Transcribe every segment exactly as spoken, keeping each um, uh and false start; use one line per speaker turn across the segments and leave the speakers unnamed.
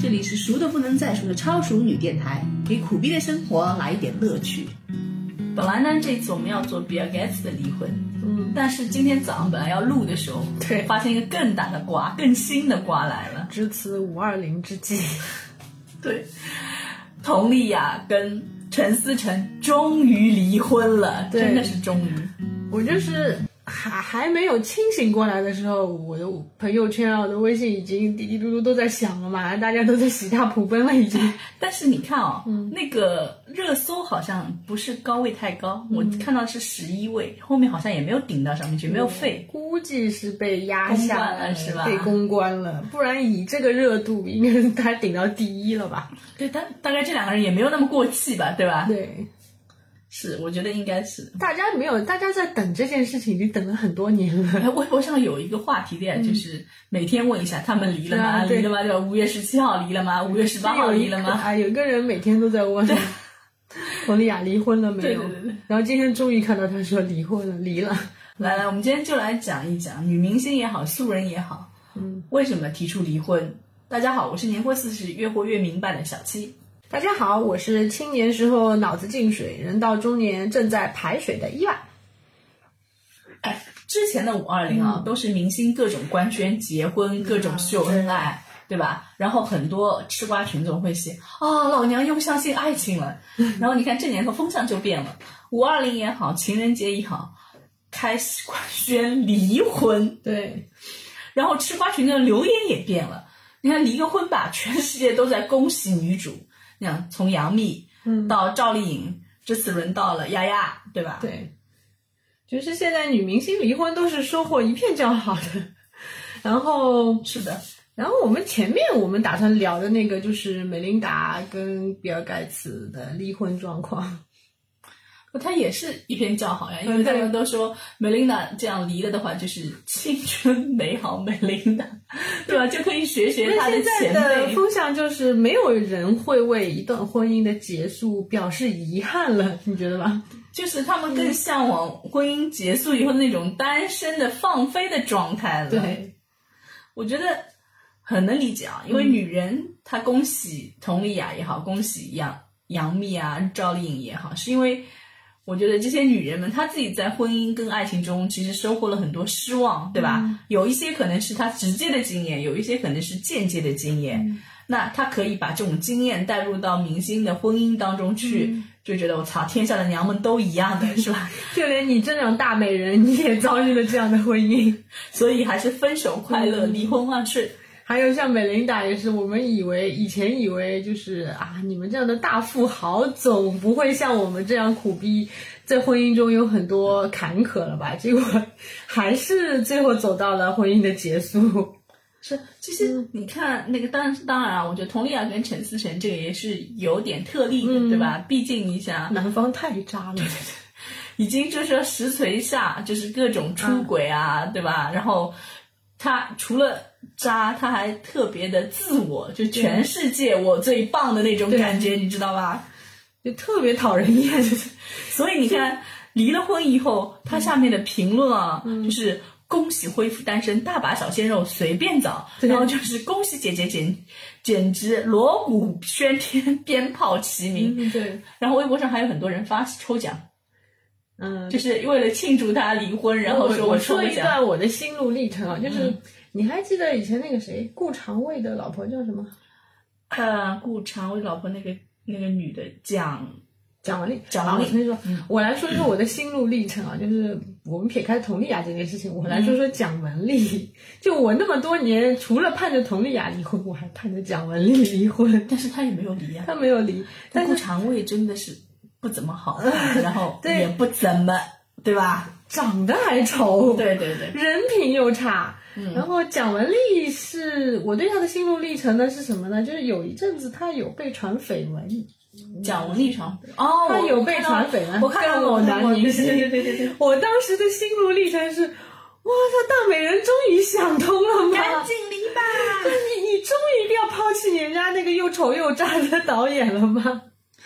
这里是熟的不能再熟的超熟女电台，给苦逼的生活来一点乐趣。本来呢，这次我们要做比尔盖茨的离婚，嗯，但是今天早上本来要录的时候，对，发现一个更大的瓜，更新的瓜来了。
值此五二零之际，
对，佟丽娅跟陈思诚终于离婚了，真的是终于。
我就是还还没有清醒过来的时候，我的朋友圈啊，我的微信已经滴滴嘟嘟都在响了嘛，大家都在喜大普奔了已经。
但是你看哦，嗯、那个热搜好像不是高位太高，嗯、我看到是十一位，后面好像也没有顶到上面去，没有废，
估计是被压下
了是吧？
被公关了，不然以这个热度，应该是他顶到第一了吧？
对，但大概这两个人也没有那么过气吧，对吧？
对。
是，我觉得应该是
大家没有，大家在等这件事情已经等了很多年了。
微博上有一个话题的，就是每天问一下他们离了吗？离了吗？对吧？五月十七号离了吗？五月十八号离了吗？
啊，有一个人每天都在问，佟丽娅离婚了没有？
对对对。
然后今天终于看到他说离婚了，离了。
来来，我们今天就来讲一讲女明星也好，素人也好，嗯，为什么提出离婚？大家好，我是年过四十，越活越明白的小七。
大家好，我是青年时候脑子进水，人到中年正在排水的伊娃。
哎，之前的五二零啊，嗯、都是明星各种官宣结婚，各种秀恩爱，嗯、对吧？然后很多吃瓜群众会写啊，老娘又相信爱情了。然后你看这年头风向就变了，五二零也好，情人节也好，开始官宣离婚。
对，
然后吃瓜群众的留言也变了。你看离个婚吧，全世界都在恭喜女主。从杨幂到赵丽颖，嗯、这次轮到了丫丫，对吧？
对，就是现在女明星离婚都是收获一片叫好的。然后
是的，
然后我们前面我们打算聊的那个就是梅琳达跟比尔盖茨的离婚状况。
他也是一片叫好呀，因为他们都说梅琳达这样离了的话，就是青春美好梅琳达，对吧？就可以学学他的前辈。
现在的风向就是没有人会为一段婚姻的结束表示遗憾了，你觉得吧？
就是他们更向往婚姻结束以后那种单身的放飞的状态了。
对，
我觉得很能理解啊，因为女人她恭喜佟丽娅也好，恭喜杨杨幂啊、赵丽颖也好，是因为我觉得这些女人们她自己在婚姻跟爱情中其实收获了很多失望，对吧？嗯、有一些可能是她直接的经验，有一些可能是间接的经验。嗯、那她可以把这种经验带入到明星的婚姻当中去，嗯、就觉得我操，天下的娘们都一样的，是吧？
就连你这种大美人，你也遭遇了这样的婚姻，
所以还是分手快乐，嗯、离婚万岁。
还有像美琳达也是，我们以为以前以为就是啊，你们这样的大富豪总不会像我们这样苦逼，在婚姻中有很多坎坷了吧？结果还是最后走到了婚姻的结束。
是，其实你看那个当当然啊，我觉得佟丽娅跟陈思诚这个也是有点特例的，嗯、对吧？毕竟你想，
男方太渣了，
已经就是说实锤下就是各种出轨啊，嗯、对吧？然后他除了渣，他还特别的自我，就全世界我最棒的那种感觉，你知道吧？
就特别讨人厌。
所以你看，离了婚以后，他下面的评论啊，嗯、就是恭喜恢复单身，大把小鲜肉随便找，然后就是恭喜姐姐简简直锣鼓喧天，鞭炮齐鸣。
嗯、对。
然后微博上还有很多人发抽奖。
嗯，
就是为了庆祝他离婚，然后说
我说一段我的心路历程啊，就是、嗯、你还记得以前那个谁顾长卫的老婆叫什么？
呃，顾长卫老婆那个那个女的蒋
蒋雯丽，
蒋雯丽。
所以说，嗯、我来说说我的心路历程啊，就是我们撇开佟丽娅这件事情，我来说说蒋雯丽。就我那么多年，除了盼着佟丽娅离婚，我还盼着蒋雯丽离婚，
但是她也没有离啊，
她没有离。
但顾长卫真的是不怎么好看，然后也不怎么，对吧？
长得还丑，
对对对，
人品又差。嗯、然后蒋雯丽是我对她的心路历程呢是什么呢？就是有一阵子她有被传绯闻。
蒋雯丽传哦，
她有被传绯闻，
我看到
某男明星。
对对对对对，
我当时的心路历程是，哇，她大美人终于想通了吗？
赶紧离吧！
你你终于一定要抛弃人家那个又丑又渣的导演了吗？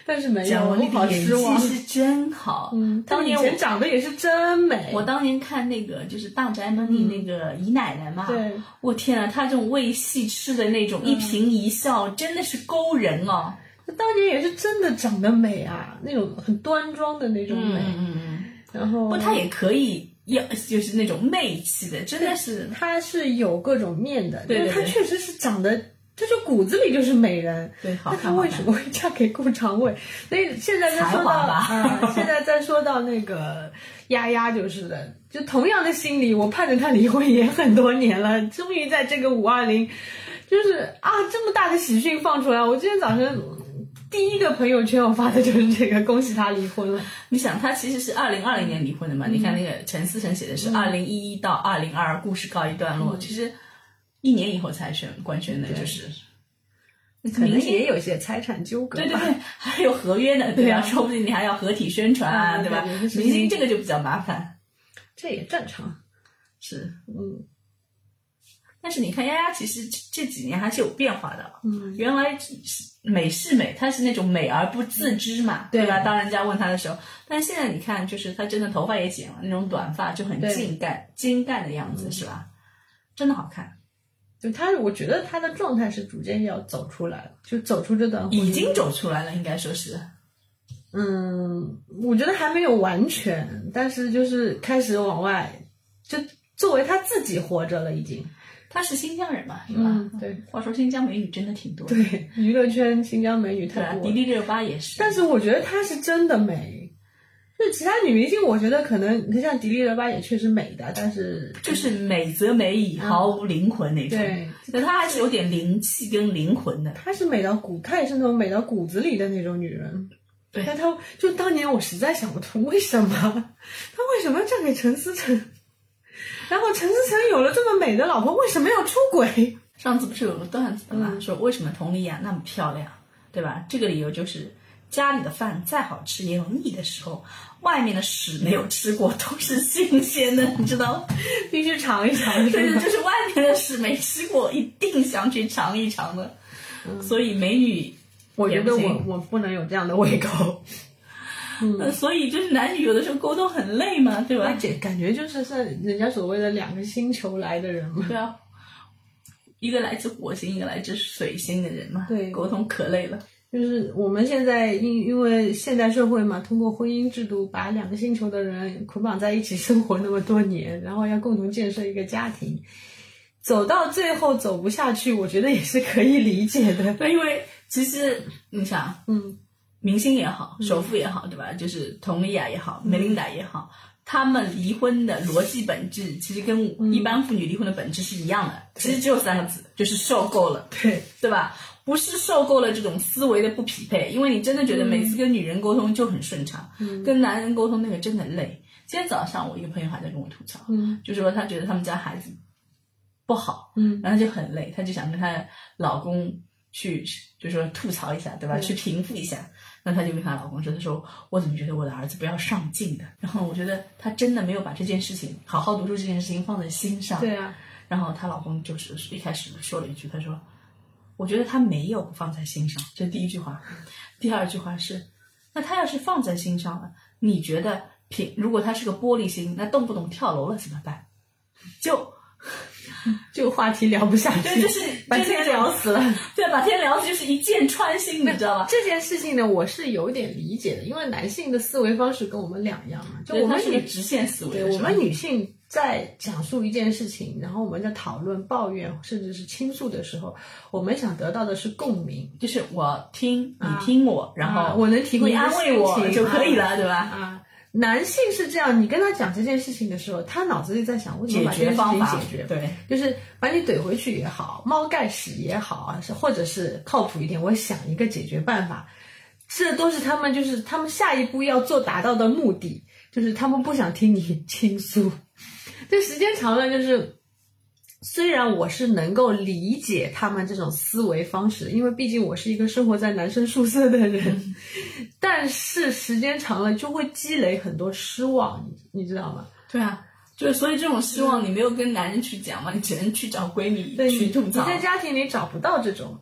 但是没有，
蒋雯丽
我好
的演
失望。
技是真好。
嗯，
当年我
她以前长得也是真美。
我当年看那个就是《大宅门》里那个姨奶奶嘛，
对，
我天啊，她这种喂戏吃的那种一颦一笑，真的是勾人哦。
她当年也是真的长得美啊，那种很端庄的那种美。
嗯嗯嗯。
然后，
不，她也可以。要就是那种媚气的，真的是，
她是有各种面的，
对对对，
她确实是长得，她就骨子里就是美人。
对，好看。
那她为什么会嫁给顾长卫？所以现在再说到啊、呃，现在再说到那个丫丫就是的，就同样的心理，我盼着她离婚也很多年了，终于在这个五二零，就是啊这么大的喜讯放出来，我今天早上。第一个朋友圈我发的就是这个，恭喜他离婚了。
你想，他其实是二零二零年离婚的嘛？嗯、你看那个陈思诚写的是二零一一到二零二二，故事告一段落。嗯、其实一年以后才选官宣的，就是，
可能也有些财产纠葛。
对对对，还有合约呢，对吧？说不定你还要合体宣传啊，对吧？明星这个就比较麻烦，
这也正常。
是，嗯。但是你看丫丫其实这几年还是有变化的，嗯，原来美是美，她是那种美而不自知嘛，嗯、对吧？当人家问她的时候，但是现在你看，就是她真的头发也剪了，那种短发就很劲干、精干的样子，嗯、是吧？真的好看。
就她，我觉得她的状态是逐渐要走出来了，就走出这段婚姻，
已经走出来了，应该说是。
嗯，我觉得还没有完全，但是就是开始往外，就作为她自己活着了，已经。
她是新疆人嘛，是吧？
嗯，对。
话说新疆美女真的挺多的。
对，娱乐圈新疆美女太多了。
迪丽热巴也是。
但是我觉得她是真的美。就其他女明星，我觉得可能，你像迪丽热巴也确实美的，但是
就是美则美矣，嗯、毫无灵魂那种。对，但她还是有点灵气跟灵魂的。
她是美到骨，她也是那种美到骨子里的那种女人。
对，
但她就当年我实在想不通，为什么她为什么要嫁给陈思诚？然后陈思诚有了这么美的老婆，为什么要出轨？
上次不是有个段子的吗？嗯、说为什么佟丽娅那么漂亮，对吧？这个理由就是家里的饭再好吃也有腻的时候，外面的屎没有吃过都是新鲜的，你知道吗？
必须尝一尝。
对，就是外面的屎没吃过，一定想去尝一尝的。嗯、所以美女，
我觉得我我不能有这样的胃口。
嗯、呃，所以就是男女有的时候沟通很累嘛，对吧？
这感觉就是像人家所谓的两个星球来的人嘛。
对啊，一个来自火星，一个来自水星的人嘛。
对，
沟通可累了。
就是我们现在因因为现代社会嘛，通过婚姻制度把两个星球的人捆绑在一起生活那么多年，然后要共同建设一个家庭，走到最后走不下去，我觉得也是可以理解的。
对，因为其实你想，
嗯。
明星也好，首富也好，嗯、对吧？就是佟丽娅也好，梅琳达也好，他们离婚的逻辑本质其实跟一般妇女离婚的本质是一样的，嗯、其实只有三个字，就是受够了，
对
对吧？不是受够了这种思维的不匹配，因为你真的觉得每次跟女人沟通就很顺畅，嗯、跟男人沟通那个真的累。今天早上我一个朋友还在跟我吐槽，嗯、就说他觉得他们家孩子不好，嗯，然后就很累，他就想跟他老公去，就说吐槽一下，对吧？嗯、去平复一下。那她就跟她老公说，她说我怎么觉得我的儿子不要上进的，然后我觉得她真的没有把这件事情好好读书这件事情放在心上。
对啊，
然后她老公就是一开始说了一句，他说我觉得他没有放在心上，这是第一句话。第二句话是，那他要是放在心上了，你觉得平如果他是个玻璃心，那动不动跳楼了怎么办？就
这个话题聊不下去，
对，就是
把天聊死了。
对，把天聊死就是一箭穿心，你知道吧？
这件事情呢，我是有点理解的，因为男性的思维方式跟我们两样嘛，就我们
是直线思维，
对，我们女性在讲述一件事情，然后我们在讨论、抱怨甚至是倾诉的时候，我们想得到的是共鸣，
就是我听你听我，
啊、
然后、
啊、我能提供
你安慰我就可以了，
啊、
对吧？
啊。男性是这样，你跟他讲这件事情的时候，他脑子里在想为什么把这件事情解决，
对，
就是把你怼回去也好，猫盖屎也好啊，或者是靠谱一点，我想一个解决办法，这都是他们就是他们下一步要做达到的目的，就是他们不想听你倾诉。这时间长了，就是虽然我是能够理解他们这种思维方式，因为毕竟我是一个生活在男生宿舍的人，嗯、但是时间长了就会积累很多失望，你知道吗？
对啊，就是所以这种失望你没有跟男人去讲嘛，你只能去找闺蜜去吐槽。
你在家庭里找不到这种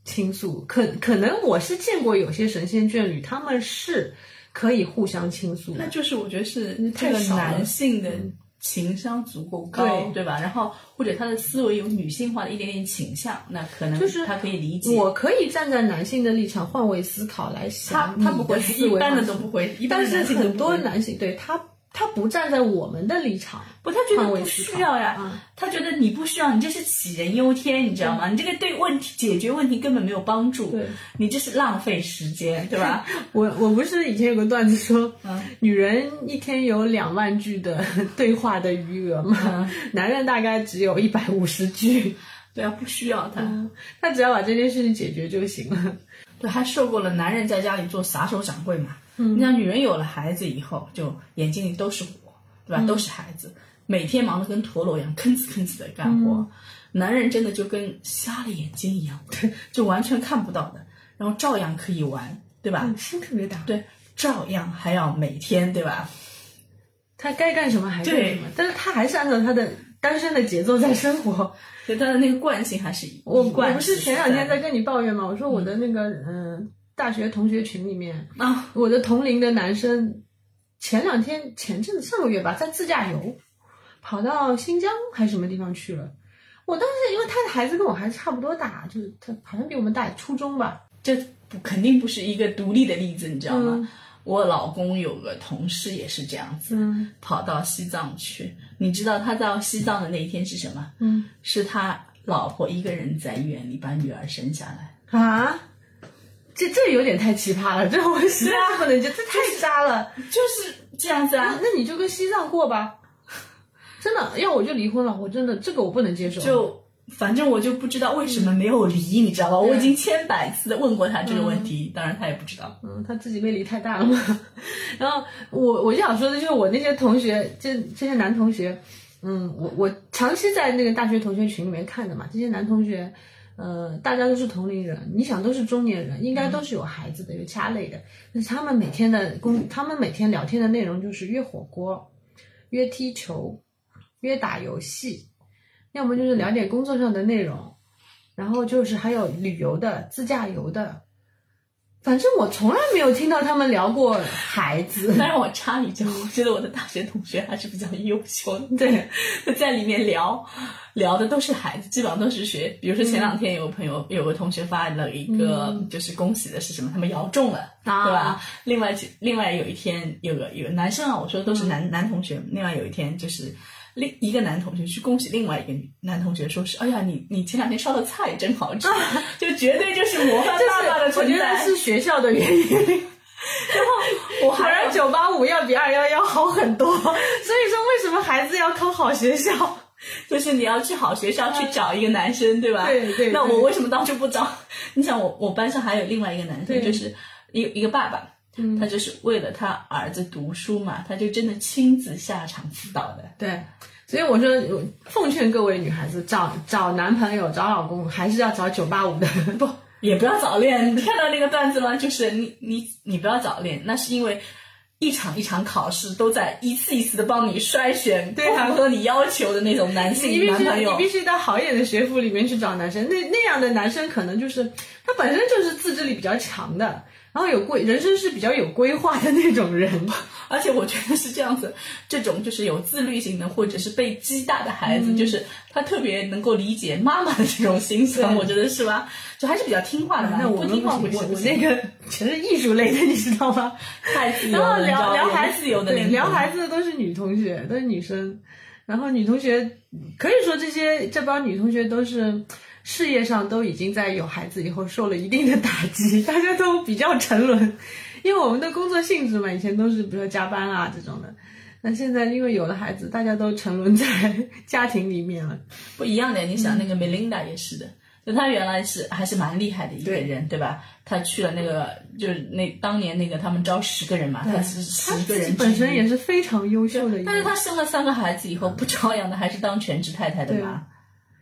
倾诉，可可能我是见过有些神仙眷侣，他们是可以互相倾诉的，
那就是我觉得是这个男性的情商足够高，
对
对吧？然后或者他的思维有女性化的一点点倾向，那可能
就是
他可以理解。
我可以站在男性的立场换位思考来想，
他他不会，一般的都不会，一般
但是
的男性都不会
很多男性对他。他不站在我们的立场，
不，他觉得不需要呀、嗯，他觉得你不需要，你这是杞人忧天，你知道吗？你这个对问题解决问题根本没有帮助，
对，
你这是浪费时间，对吧？
我我不是以前有个段子说，嗯，女人一天有两万句的对话的余额嘛，嗯、男人大概只有一百五十句，
对啊，不需要他、嗯，
他只要把这件事情解决就行了。
对，还受够了男人在家里做撒手掌柜嘛。嗯，你想女人有了孩子以后，就眼睛里都是火，对吧？嗯、都是孩子，每天忙得跟陀螺一样，吭哧吭哧的干活。嗯、男人真的就跟瞎了眼睛一样，对，就完全看不到的，然后照样可以玩，对吧？
嗯，心特别大。
对，照样还要每天，对吧？
他该干什么还干什么，但是他还是按照他的单身的节奏在生活。
对，他的那个惯性还是一
我
贯。
我不是前两天在跟你抱怨吗？我说我的那个嗯。呃大学同学群里面啊，我的同龄的男生前两天前阵子上个月吧，在自驾游，跑到新疆还是什么地方去了。我当时因为他的孩子跟我孩子差不多大，就是他好像比我们大初中吧，
这不肯定不是一个独立的例子，你知道吗？嗯、我老公有个同事也是这样子，嗯、跑到西藏去。你知道他到西藏的那一天是什么？嗯，是他老婆一个人在医院里把女儿生下来
啊。这这有点太奇葩了，这我实在是不能接，这太渣了，
就是这样子啊。
那那你就跟西藏过吧，真的，要我就离婚了，我真的这个我不能接受。
就反正我就不知道为什么没有离，嗯、你知道吧？我已经千百次的问过他这个问题，嗯、当然他也不知道。
嗯，他自己魅力太大了嘛。然后我我就想说的就是我那些同学，这这些男同学，嗯，我我长期在那个大学同学群里面看的嘛，这些男同学。呃，大家都是同龄人，你想都是中年人，应该都是有孩子的，有家累的。但是他们每天的工，他们每天聊天的内容就是约火锅、约踢球、约打游戏，要么就是聊点工作上的内容，然后就是还有旅游的、自驾游的。反正我从来没有听到他们聊过孩子。
但是我插一句，我觉得我的大学同学还是比较优秀的，对，在里面聊聊的都是孩子，基本上都是学。比如说前两天有个朋友、嗯、有个同学发了一个，嗯、就是恭喜的是什么，他们摇中了，啊、对吧？另外另外有一天有个有个男生啊，我说的都是男、嗯、男同学。另外有一天就是另一个男同学去恭喜另外一个男同学，说是哎呀，你你前两天烧的菜真好吃，啊、就绝对就是模范爸爸的存在。
我觉得是学校的原因。然后我还让九八五要比二幺幺好很多，所以说为什么孩子要考好学校？
就是你要去好学校去找一个男生，对吧？
对 对, 对。
那我为什么当初不找？你想我我班上还有另外一个男生，就是一个一个爸爸。嗯，他就是为了他儿子读书嘛，他就真的亲自下场辅导的。
对，所以我说，奉劝各位女孩子，找找男朋友、找老公，还是要找九八五的，
不，也不要早恋。你看到那个段子吗？就是你你你不要早恋，那是因为一场一场考试都在一次一次的帮你筛选不符合你要求的那种男性男朋友。
你必须到好一点的学府里面去找男生，那那样的男生可能就是他本身就是自制力比较强的。然后有规人生是比较有规划的那种人，
而且我觉得是这样子，这种就是有自律型的或者是被激大的孩子，嗯、就是他特别能够理解妈妈的这种心酸，我觉得是吧？就还是比较听话的嘛。
那我
不听话不
我我那个全是艺术类的，你知道吗？
太自由了，
然后聊聊孩子，
自由的
对，聊孩子的都是女同学，都是女生。然后女同学可以说这些这帮女同学都是。事业上都已经在有孩子以后受了一定的打击，大家都比较沉沦，因为我们的工作性质嘛，以前都是比如说加班啊这种的，那现在因为有了孩子，大家都沉沦在家庭里面了。
不一样的，你想那个 Melinda 也是的，嗯、就她原来是还是蛮厉害的一个人， 对, 对吧？她去了那个就是那当年那个他们招十个人嘛，她是十个人，
本身也是非常优秀的一个人，
但是她生了三个孩子以后，不照样的还是当全职太太的嘛。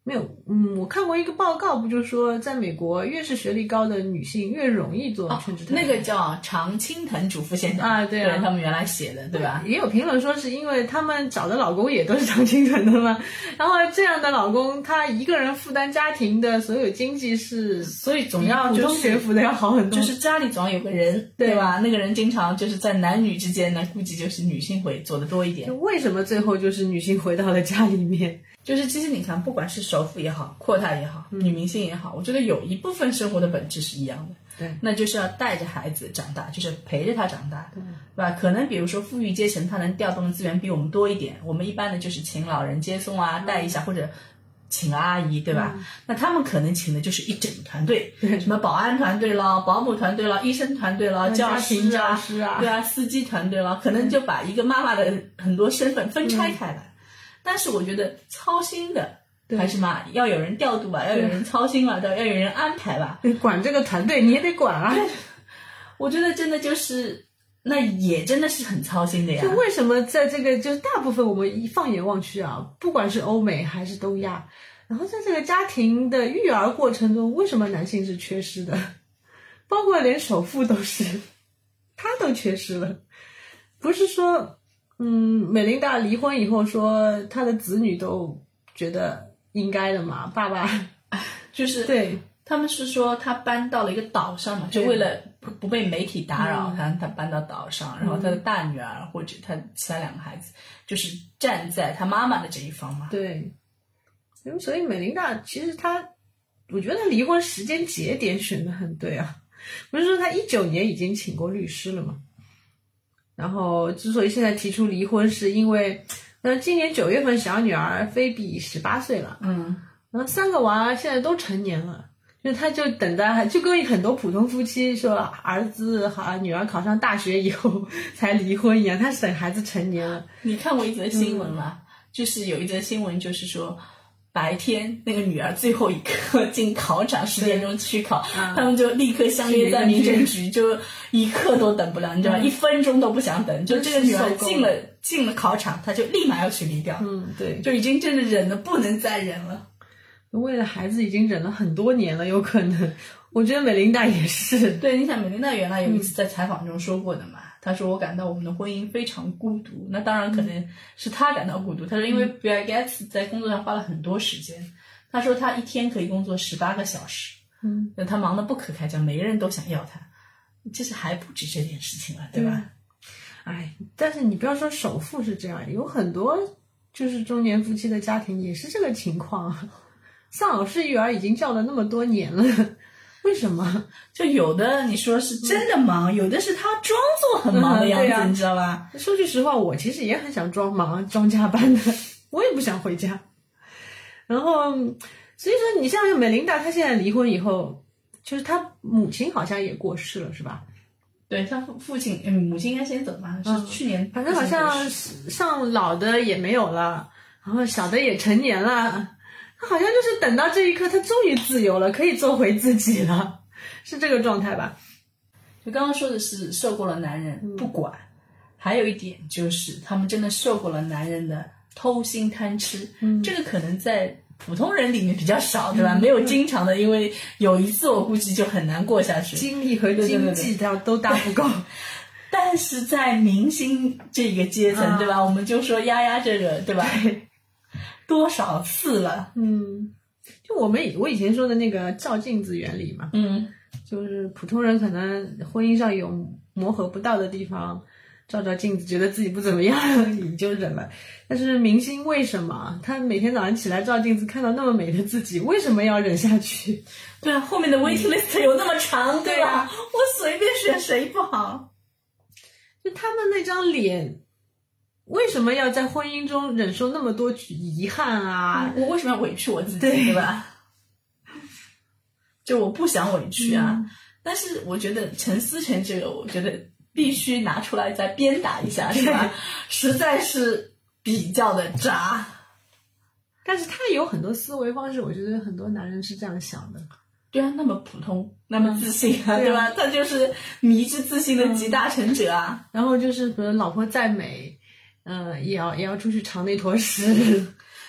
没有，嗯，我看过一个报告，不就说在美国越是学历高的女性越容易做全职太太、
哦、那个叫常青藤主妇现象
啊，对啊，
对他们原来写的，对吧？
也有评论说是因为他们找的老公也都是常青藤的嘛，然后这样的老公他一个人负担家庭的所有经济是，
所以总要就是
普通学府的要好很多，
就是家里总要有个人，对吧？那个人经常就是在男女之间呢，估计就是女性会做的多一点。
就为什么最后就是女性回到了家里面？
就是其实你看，不管是首富也好，阔太也好，女明星也好，我觉得有一部分生活的本质是一样的，
对，
那就是要带着孩子长大，就是陪着他长大，对吧？可能比如说富裕阶层，他能调动的资源比我们多一点，我们一般的就是请老人接送啊，带一下或者请阿姨，对吧？嗯、那他们可能请的就是一整团队，什么保安团队了、保姆团队了、医生团队了、教师啊，
教师啊，
对啊，司机团队了，可能就把一个妈妈的很多身份分拆开来。嗯，但是我觉得操心的还是嘛，要有人调度吧，要有人操心吧，要有人安排吧。
管这个团队你也得管啊。
我觉得真的就是那也真的是很操心的呀。
就为什么在这个就是大部分我们一放眼望去啊，不管是欧美还是东亚，然后在这个家庭的育儿过程中，为什么男性是缺失的？包括连首富都是，他都缺失了。不是说嗯，美琳达离婚以后说她的子女都觉得应该的嘛，爸爸
就是
对，
他们是说他搬到了一个岛上嘛，就为了不不被媒体打扰，他、嗯、他搬到岛上，然后他的大女儿、嗯、或者他其他两个孩子就是站在他妈妈的这一方嘛。
对，所以美琳达其实她，我觉得她离婚时间节点选得很对啊，不是说她一九年已经请过律师了吗？然后之所以现在提出离婚，是因为那今年九月份小女儿菲比十八岁了，
嗯，
然后三个娃现在都成年了，就他就等待，就跟很多普通夫妻说儿子和女儿考上大学以后才离婚一样，他是等孩子成年了。
你看过一则新闻吗？嗯、就是有一则新闻，就是说白天那个女儿最后一刻进考场，十点钟去考，嗯、他们就立刻相约在民政局，就一刻都等不了，你知道吗？嗯、一分钟都不想等，就这个女儿进了进了考场，她就立马要去离掉。
嗯，对，
就已经真的忍得不能再忍了。
为了孩子已经忍了很多年了，有可能。我觉得美琳达也是。
对，你想美琳达原来有一次在采访中说过的嘛，她、嗯、说我感到我们的婚姻非常孤独。那当然可能是她感到孤独。她说因为比尔盖茨在工作上花了很多时间，她说她一天可以工作十八个小时，
嗯，
她忙得不可开交，每个人都想要她。其实还不止这件事情了，对吧？
哎，但是你不要说首富是这样，有很多就是中年夫妻的家庭也是这个情况。丧偶式育儿已经叫了那么多年了，为什么？
就有的你说是真的忙，嗯、有的是他装作很忙的样子，嗯啊、你知道吧？
说句实话，我其实也很想装忙、装加班的，我也不想回家。然后，所以说你像美琳达，她现在离婚以后，就是她母亲好像也过世了，是吧？
对，她父父亲、嗯、母亲应该先走吧，是去年、嗯，
反正好像上老的也没有了，然后小的也成年了。他好像就是等到这一刻，他终于自由了，可以做回自己了，是这个状态吧？
就刚刚说的是受够了男人不管，嗯、还有一点就是他们真的受够了男人的偷腥贪吃，
嗯、
这个可能在普通人里面比较少，对吧？嗯、没有经常的，因为有一次我估计就很难过下去，
精力和经济都都大不够。
但是在明星这个阶层，啊、对吧？我们就说丫丫这个，对吧？
对，
多少次了？
嗯，就我们我以前说的那个照镜子原理嘛，
嗯，
就是普通人可能婚姻上有磨合不到的地方，照照镜子觉得自己不怎么样，你就忍了。但是明星为什么他每天早上起来照镜子看到那么美的自己，为什么要忍下去？
对啊，后面的 waiting list 有那么长，对吧？啊、我随便选谁不好？
就他们那张脸。为什么要在婚姻中忍受那么多遗憾啊？
我为什么要委屈我自己， 对, 对吧？就我不想委屈啊，嗯、但是我觉得陈思诚这个，我觉得必须拿出来再鞭打一下，是吧？实在是比较的渣。
但是他有很多思维方式，我觉得很多男人是这样想的。
对啊，那么普通，那么自信啊，嗯、对吧？他就是迷之自信的集大成者啊。
嗯、然后就是比如老婆再美。嗯，也要也要出去尝那坨屎。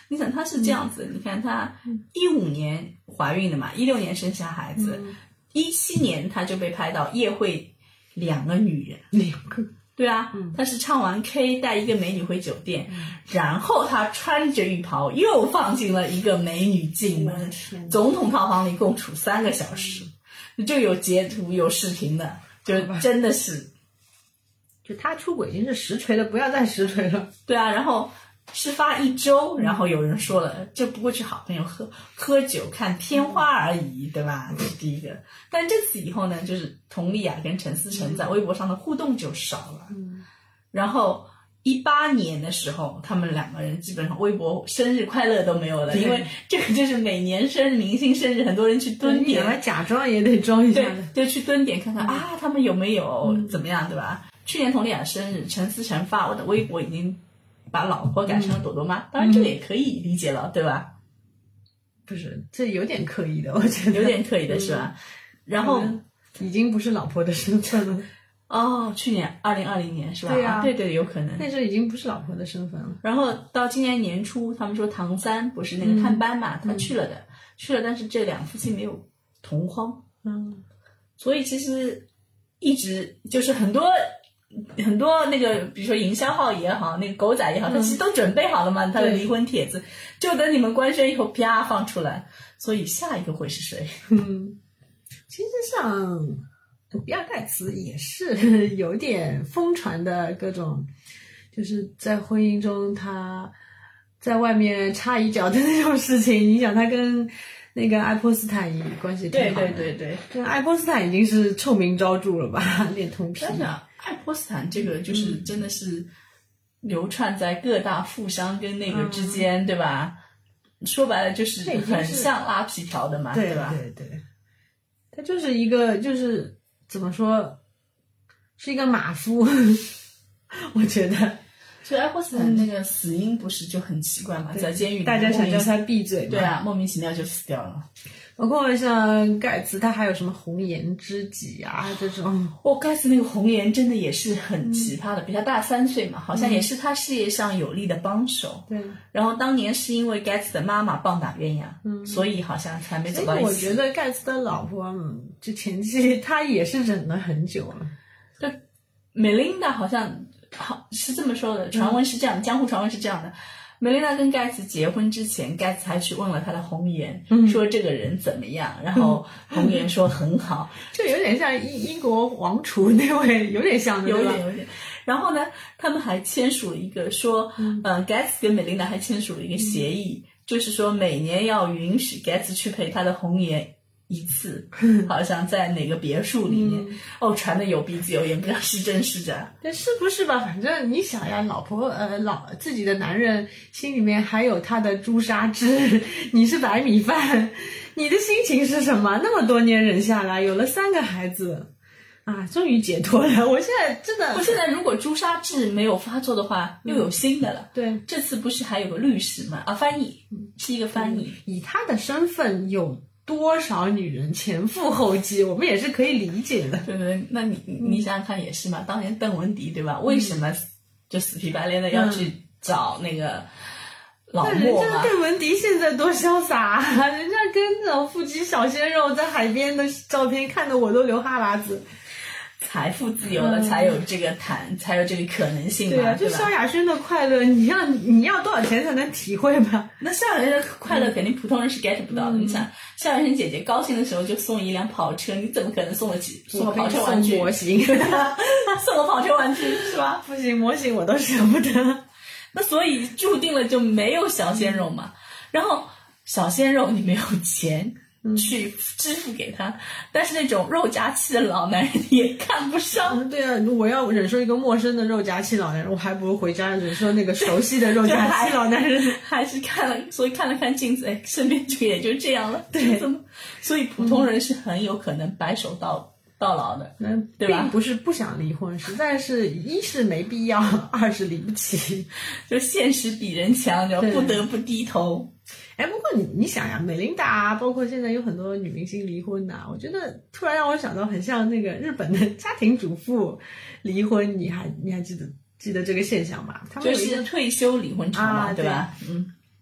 你想她是这样子，嗯、你看她一五年怀孕的嘛，一六年生下孩子，一、嗯、七年她就被拍到夜会两个女人，
两个。
对啊，她是唱完 K 带一个美女回酒店，嗯、然后她穿着浴袍又放进了一个美女进门，总统套房里共处三个小时，嗯、就有截图有视频的，就真的是，
就她出轨已经是实锤了，不要再实锤了。
对啊，然后事发一周，然后有人说了，这不过是好朋友喝喝酒看天花而已，对吧？这是第一个。但这次以后呢，就是佟丽娅跟陈思诚在微博上的互动就少了。嗯。然后一八年的时候，他们两个人基本上微博生日快乐都没有了，因为这个就是每年生日明星生日，很多人去蹲点，
来假装也得装一下的，
对，就去蹲点看看、嗯、啊，他们有没有、嗯、怎么样，对吧？去年佟丽娅生日，陈思诚发我的微博已经把老婆改成了朵朵妈、嗯、当然这个也可以理解了、嗯、对吧？
不是，这有点刻意的，我觉得
有点刻意的是吧、嗯、然后、
嗯、已经不是老婆的身份了。
哦，去年二零二零年是吧？
对啊，
对对，有可能
那时候已经不是老婆的身份了。
然后到今年年初，他们说唐三不是那个探班嘛、嗯、他去了的、嗯、去了，但是这两夫妻没有同框。嗯，所以其实一直就是很多很多那个比如说营销号也好，那个狗仔也好，他其实都准备好了嘛、嗯、他的离婚帖子，就等你们官宣以后啪放出来。所以下一个会是谁？
嗯，其实像比尔盖茨也是有点疯传的各种，就是在婚姻中他在外面插一脚的那种事情。你想他跟那个爱泼斯坦也关系挺好的，
对对对对，
跟爱泼斯坦已经是臭名昭著了吧，恋童癖。
但是爱泼斯坦这个就是真的是流窜在各大富商跟那个之间、嗯、对吧？说白了就是很像拉皮条的嘛，
对
吧？
对对对，他就是一个就是怎么说，是一个马夫。我觉得
所以爱泼斯坦那个死因不是就很奇怪嘛、嗯、在监狱里
大家想叫他闭嘴嘛，
对啊，莫名其妙就死掉了。
包括像盖茨他还有什么红颜知己啊这种。
哦，盖茨那个红颜真的也是很奇葩的、嗯、比他大三岁嘛，好像也是他事业上有力的帮手。对、嗯、然后当年是因为盖茨的妈妈棒打鸳鸯、嗯、所以好像才没走到一起。
我觉得盖茨的老婆就前期他也是忍了很久了。
对，美琳达好像好是这么说的，传闻是这样、嗯、江湖传闻是这样的，梅琳达跟盖茨结婚之前，盖茨还去问了他的红颜、嗯、说这个人怎么样，然后红颜说很好。
就有点像英英国王储那位，有点像的，
有点有点。然后呢他们还签署了一个说嗯、呃，盖茨跟梅琳达还签署了一个协议、嗯、就是说每年要允许盖茨去陪他的红颜一次，好像在哪个别墅里面、嗯、哦，传的有鼻子有眼，不知道是真是假。
但是不是吧，反正你想呀，老婆呃老自己的男人心里面还有他的朱砂痣，你是白米饭，你的心情是什么？那么多年忍下来，有了三个孩子啊，终于解脱了。我现在真的，
我现在如果朱砂痣没有发作的话、嗯、又有新的了。
对，
这次不是还有个律师吗？啊，翻译，是一个翻译、
嗯、以他的身份有多少女人前赴后继，我们也是可以理解的。
对对，那你你想想看也是嘛，当年邓文迪对吧？为什么就死皮白脸的要去找那个老莫嘛？
人家邓文迪现在多潇洒啊，人家跟那种腹肌小鲜肉在海边的照片看得我都流哈喇子。
财富自由了、嗯、才有这个谈，才有这个可能性嘛。
对啊，
就
萧亚轩的快乐，你要你要多少钱才能体会吧？
那萧亚轩的快乐肯定普通人是 get 不到的。嗯、你想，萧亚轩姐姐高兴的时候就送一辆跑车，你怎么可能送得起？送个跑车玩具？
模型，
送个跑车玩具是吧？
不行，模型我都舍不得。
那所以注定了就没有小鲜肉嘛。嗯、然后小鲜肉你没有钱去支付给他、嗯、但是那种肉夹气的老男人也看不上、
嗯、对啊，我要忍受一个陌生的肉夹气老男人，我还不如回家忍受那个熟悉的肉夹气老男人。
还是看了，所以看了看镜子，哎，身边这个也就这样了。对，怎么？所以普通人是很有可能白手到、嗯、到老的，
嗯，
对吧？
并不是不想离婚，实在是一是没必要，二是离不起，
就现实比人强，就不得不低头。
哎，不过你你想呀，美琳达啊，包括现在有很多女明星离婚呐、啊，我觉得突然让我想到很像那个日本的家庭主妇离婚，你还你还记得记得这个现象吗？他们
就是退休离婚潮嘛，
啊、
对吧？嗯，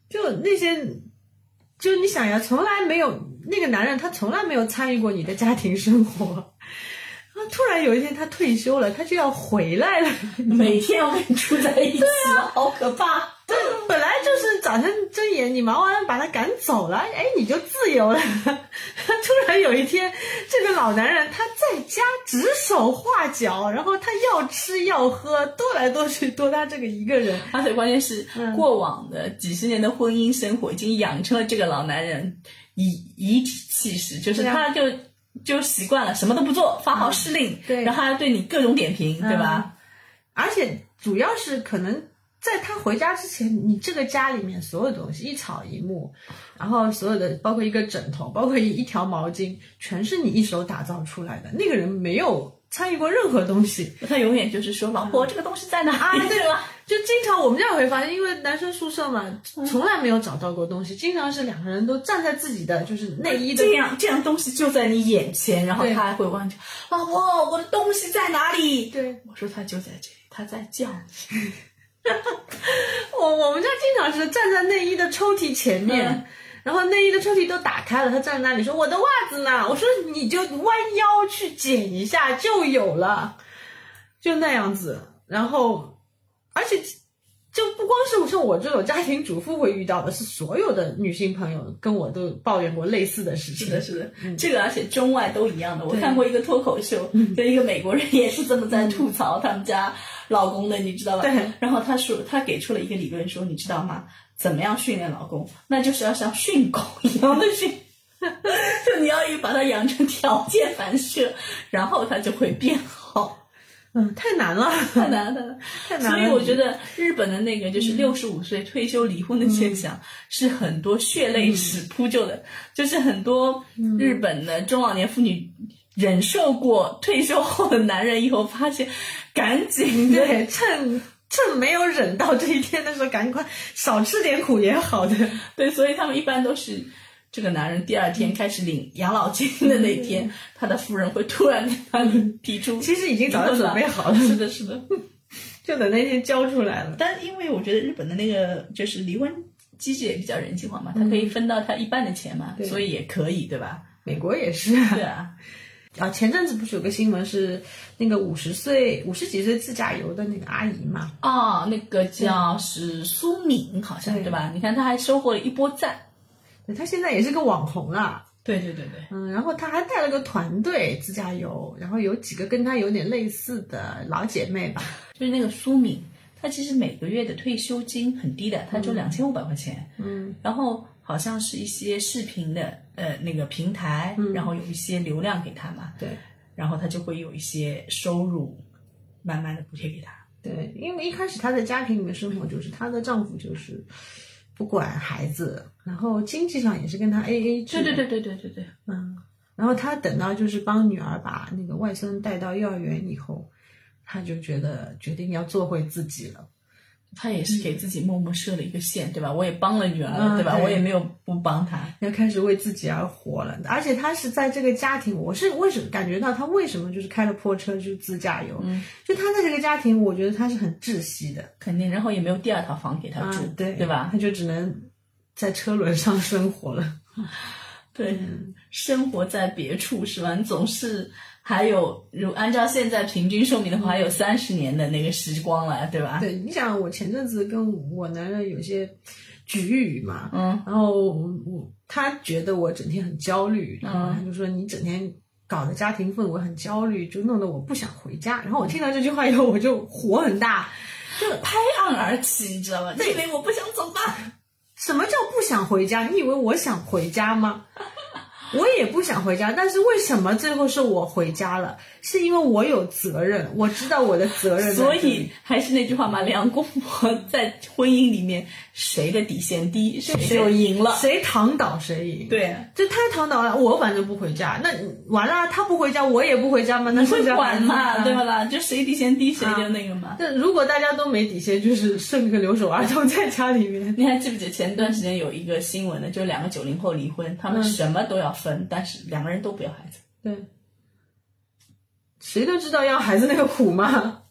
就那些，就你想呀，从来没有那个男人，他从来没有参与过你的家庭生活。突然有一天他退休了，他就要回来了，
每天要跟你住在一起，对啊，好可怕。
对，本来就是早晨睁眼，你忙完把他赶走了，哎，你就自由了。突然有一天，这个老男人他在家指手画脚，然后他要吃要喝，多来多去，多他这个一个人。
而且关键是，嗯、过往的几十年的婚姻生活已经养成了这个老男人遗遗体气势，就是他就。就习惯了什么都不做，发号施令，嗯、对，然后还要对你各种点评，嗯、对吧？
而且主要是可能在他回家之前，你这个家里面所有东西一草一木，然后所有的包括一个枕头，包括一一条毛巾，全是你一手打造出来的。那个人没有参与过任何东西，
他永远就是说：“老婆，嗯、这个东西在哪里？”
啊，对吧？就经常我们这样会发现，因为男生宿舍嘛，从来没有找到过东西，经常是两个人都站在自己的就是内衣的
这样这样东西就在你眼前，然后他还会问：“老婆，我的东西在哪里？”
对，
我说他就在这里，他在叫你。
我我们家经常是站在内衣的抽屉前面。嗯，然后内衣的抽屉都打开了，他站在那里说：“我的袜子呢？”我说：“你就弯腰去捡一下就有了。”就那样子。然后而且就不光是像我这种家庭主妇会遇到的，是所有的女性朋友跟我都抱怨过类似的事情。
是的，是的，嗯、这个而且中外都一样的。我看过一个脱口秀，跟一个美国人也是这么在吐槽他们家老公的，你知道吧？
对。
然后他说，他给出了一个理论说，你知道吗？怎么样训练老公？那就是要像训狗一样的训，就你要把他养成条件反射，然后他就会变好。
嗯，太难了，
太难了，
太难了。
所以我觉得日本的那个就是六十五岁退休离婚的现象，嗯、是很多血泪史铺就的，嗯、就是很多日本的中老年妇女忍受过退休后的男人以后，发现赶紧的
对趁。趁没有忍到这一天的时候，赶快少吃点苦也好的。
对，所以他们一般都是这个男人第二天开始领养老金的那天，嗯、他的夫人会突然跟他提出，
其实已经早就准备好了。
是的，是的，
就等那天交出来了。
但因为我觉得日本的那个就是离婚机制也比较人性化嘛，他可以分到他一半的钱嘛，嗯、所以也可以，对吧？
美国也是。
对啊。
啊，前阵子不是有个新闻是那个五十岁、五十几岁自驾游的那个阿姨嘛？
哦，那个叫是苏敏，好像 对, 对吧？你看她还收获了一波赞，
对，她现在也是个网红啊。
对对对对，
嗯，然后她还带了个团队自驾游，然后有几个跟她有点类似的老姐妹吧，
就是那个苏敏，她其实每个月的退休金很低的，她就两千五百块钱，嗯，然后好像是一些视频的。呃，那个平台，嗯、然后有一些流量给他嘛，
对，
然后他就会有一些收入，慢慢的补贴给他。
对，因为一开始她在家庭里面生活，就是她的丈夫就是不管孩子，然后经济上也是跟她 A A 制。
对对对对对对对，
嗯，然后她等到就是帮女儿把那个外孙带到幼儿园以后，她就觉得决定要做回自己了。
他也是给自己默默设了一个线，对吧？我也帮了女儿，
嗯、
对吧？
对，
我也没有不帮她，
要开始为自己而活了。而且他是在这个家庭，我是为什么感觉到他为什么就是开了破车就是自驾游？嗯，就他在这个家庭，我觉得他是很窒息的，
肯定。然后也没有第二套房给他住，
啊、对
对吧？
他就只能在车轮上生活了。
对，嗯、生活在别处是吧？你总是。还有，如按照现在平均寿命的话，还有三十年的那个时光了，对吧？
对，你想，我前阵子跟我男人有些局域嘛，嗯，然后我他觉得我整天很焦虑，然后他就说你整天搞得家庭氛围很焦虑，就弄得我不想回家。然后我听到这句话以后，我就火很大，
就拍案而起，你知道吗？因为我不想走吧。
什么叫不想回家？你以为我想回家吗？我也不想回家，但是为什么最后是我回家了？是因为我有责任，我知道我的责任。
所以还是那句话嘛，两公婆在婚姻里面，谁的底线低，谁就赢了，
谁躺倒谁赢。
对，
就他躺倒了，我反正不回家，那完了，他不回家，我也不回家嘛，那
你会管嘛，对吧啦？就谁底线低，谁就那个嘛。
那、啊、如果大家都没底线，就是剩个留守儿童在家里面。
你还记不记得前段时间有一个新闻呢？就是两个九零后离婚，他们什么都要分，嗯、但是两个人都不要孩子。
对。谁都知道要孩子那个苦嘛，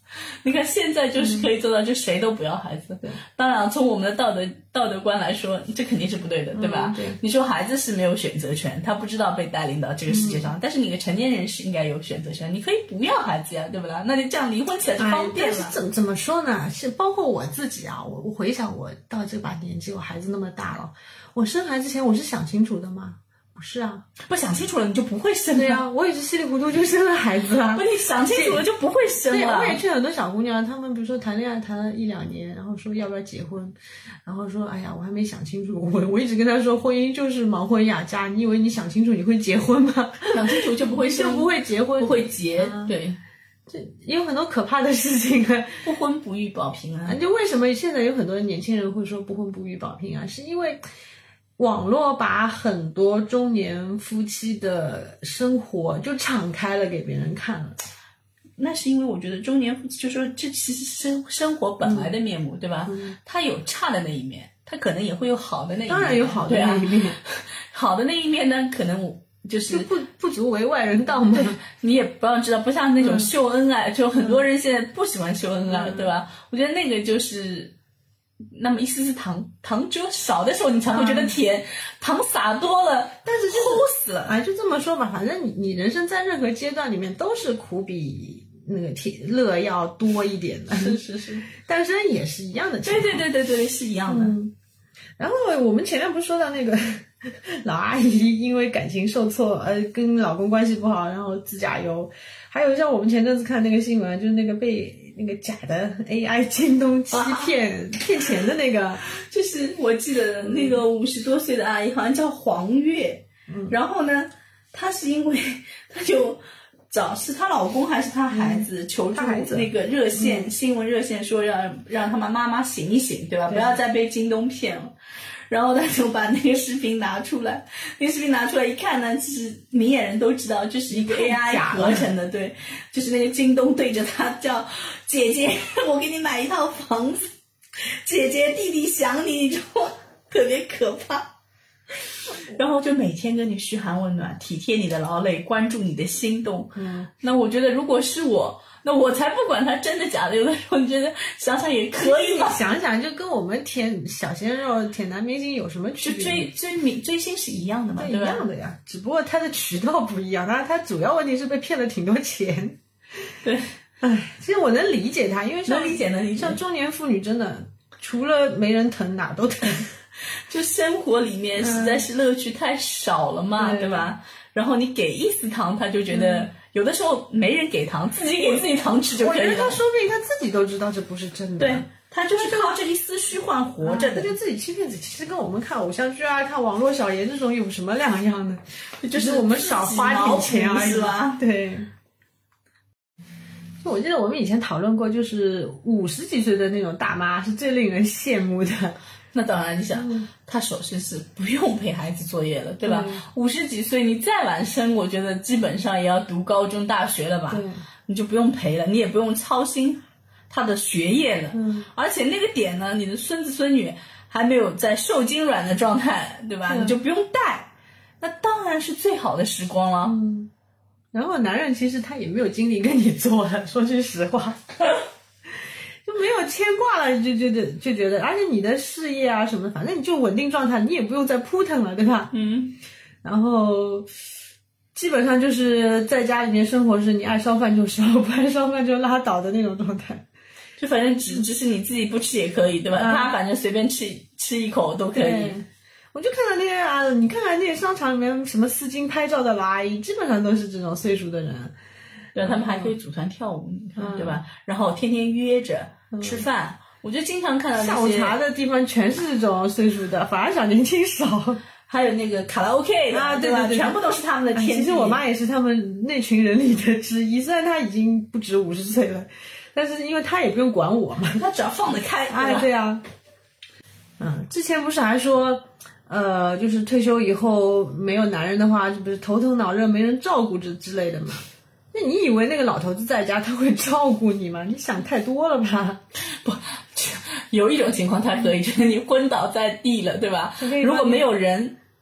你看现在就是可以做到，就谁都不要孩子。当然，从我们的道德道德观来说，这肯定是不对的，对吧？
嗯、对，
你说孩子是没有选择权，他不知道被带领到这个世界上，嗯、但是你个成年人是应该有选择权，你可以不要孩子呀，对不啦？那你这样离婚起来就方便了。
哎、但是怎怎么说呢？是包括我自己啊，我我回想我到这把年纪，我孩子那么大了，我生孩子前我是想清楚的吗？不是啊，
不想清楚了你就不会生了。
对啊，我也是稀里糊涂就生了孩子啊。
不，你想清楚了就不会生了。
对，我也劝很多小姑娘，她们比如说谈恋爱谈了一两年，然后说要不要结婚，然后说哎呀我还没想清楚，我我一直跟她说婚姻就是盲婚哑嫁，你以为你想清楚你会结婚吗？
想清楚就不会生，
就不会结婚，
不会结，
啊、
对。
这也有很多可怕的事情啊，
不婚不育保平安。
就为什么现在有很多年轻人会说不婚不育保平安，是因为网络把很多中年夫妻的生活就敞开了给别人看了。
那是因为我觉得中年夫妻就说这其实是生生活本来的面目、嗯、对吧、嗯、他有差的那一面，他可能也会有好的那一面，
当然有好的那一面、啊、
好的那一面呢可能就是
就不不足为外人道嘛。
你也不要知道，不像那种秀恩爱、嗯、就很多人现在不喜欢秀恩爱、嗯、对吧？我觉得那个就是那么一丝丝糖，糖只有少的时候你才会觉得甜、嗯、糖撒多了
但是
齁死了。
哎，就这么说吧，反正你你人生在任何阶段里面都是苦比那个甜乐要多一点的。
是是是，
单身也是一样的情况。
对对对对对，是一样的、
嗯、然后我们前面不是说到那个老阿姨因为感情受挫呃，跟老公关系不好然后自驾游，还有像我们前阵子看那个新闻，就是那个被那个假的 A I 京东欺骗骗钱的那个，
就是我记得那个五十多岁的阿姨好像叫黄月、嗯、然后呢她是因为她就找是她老公还是她孩子、嗯、求助那个热线、嗯、新闻热线说让让他们妈妈醒一醒，对吧？对，不要再被京东骗了。然后他就把那个视频拿出来，那个视频拿出来一看呢，其实明眼人都知道这是一个 A I 合成的，对，就是那个京东对着他叫姐姐，我给你买一套房子，姐姐弟弟想你，你知道吗？特别可怕。然后就每天跟你嘘寒问暖，体贴你的劳累，关注你的心动。嗯，那我觉得如果是我，那我才不管他真的假的，有的时候你觉得想想也可以嘛。
想想就跟我们舔小鲜肉、舔男明星有什么区别？
追追明追星是一样的嘛，对吧？
一样的呀，只不过他的渠道不一样，他他主要问题是被骗了挺多钱。
对，
唉，其实我能理解他，因为
能理解能理解，
像中年妇女真的除了没人疼哪都疼。
就生活里面实在是乐趣太少了嘛、嗯、对吧？然后你给一丝糖他就觉得、嗯、有的时候没人给糖，自己给自己糖吃就可以了。
我觉得他说不定他自己都知道这不是真的。
对，他就是靠这一丝虚幻活着的，
他就自己欺骗自己。其实跟我们看偶像剧啊看网络小言这种有什么两样呢？就是我们少花点钱而已吧。对，我记得我们以前讨论过，就是五十几岁的那种大妈是最令人羡慕的。
那当然，你想，嗯、他首先是不用陪孩子作业了，对吧？五十几岁你再晚生，我觉得基本上也要读高中、大学了吧？你就不用陪了，你也不用操心他的学业了。嗯、而且那个点呢，你的孙子孙女还没有在受精卵的状态，对吧？嗯、你就不用带，那当然是最好的时光了。
嗯、然后男人其实他也没有精力跟你做了，说句实话。就没有牵挂了，就觉得就觉得，而且你的事业啊什么，反正你就稳定状态，你也不用再扑腾了，对吧？
嗯。
然后基本上就是在家里面生活是你爱烧饭就烧，不爱烧饭就拉倒的那种状态。
就反正只只是你自己不吃也可以，对吧？嗯、他反正随便吃吃一口都可以。
我就看到那些啊，你看看那些商场里面什么丝巾拍照的老阿姨，基本上都是这种岁数的人。
对，他们还可以组团跳舞，你看、嗯、对吧？然后天天约着吃饭，嗯、我就经常看到那些
下午茶的地方全是这种岁数的，反而小年轻少。
还有那个卡拉 OK 的
啊，对对对，
全部都是他们的天地。
其实我妈也是他们那群人里的之一，虽然她已经不止五十岁了，但是因为她也不用管我嘛，
她只要放得开。
哎，对啊。嗯，之前不是还说，呃，就是退休以后没有男人的话，就不是头疼脑热没人照顾之之类的嘛。那你以为那个老头子在家他会照顾你吗？你想太多了吧？
不，有一种情况他可以，就是你昏倒在地了，对吧？如果没有人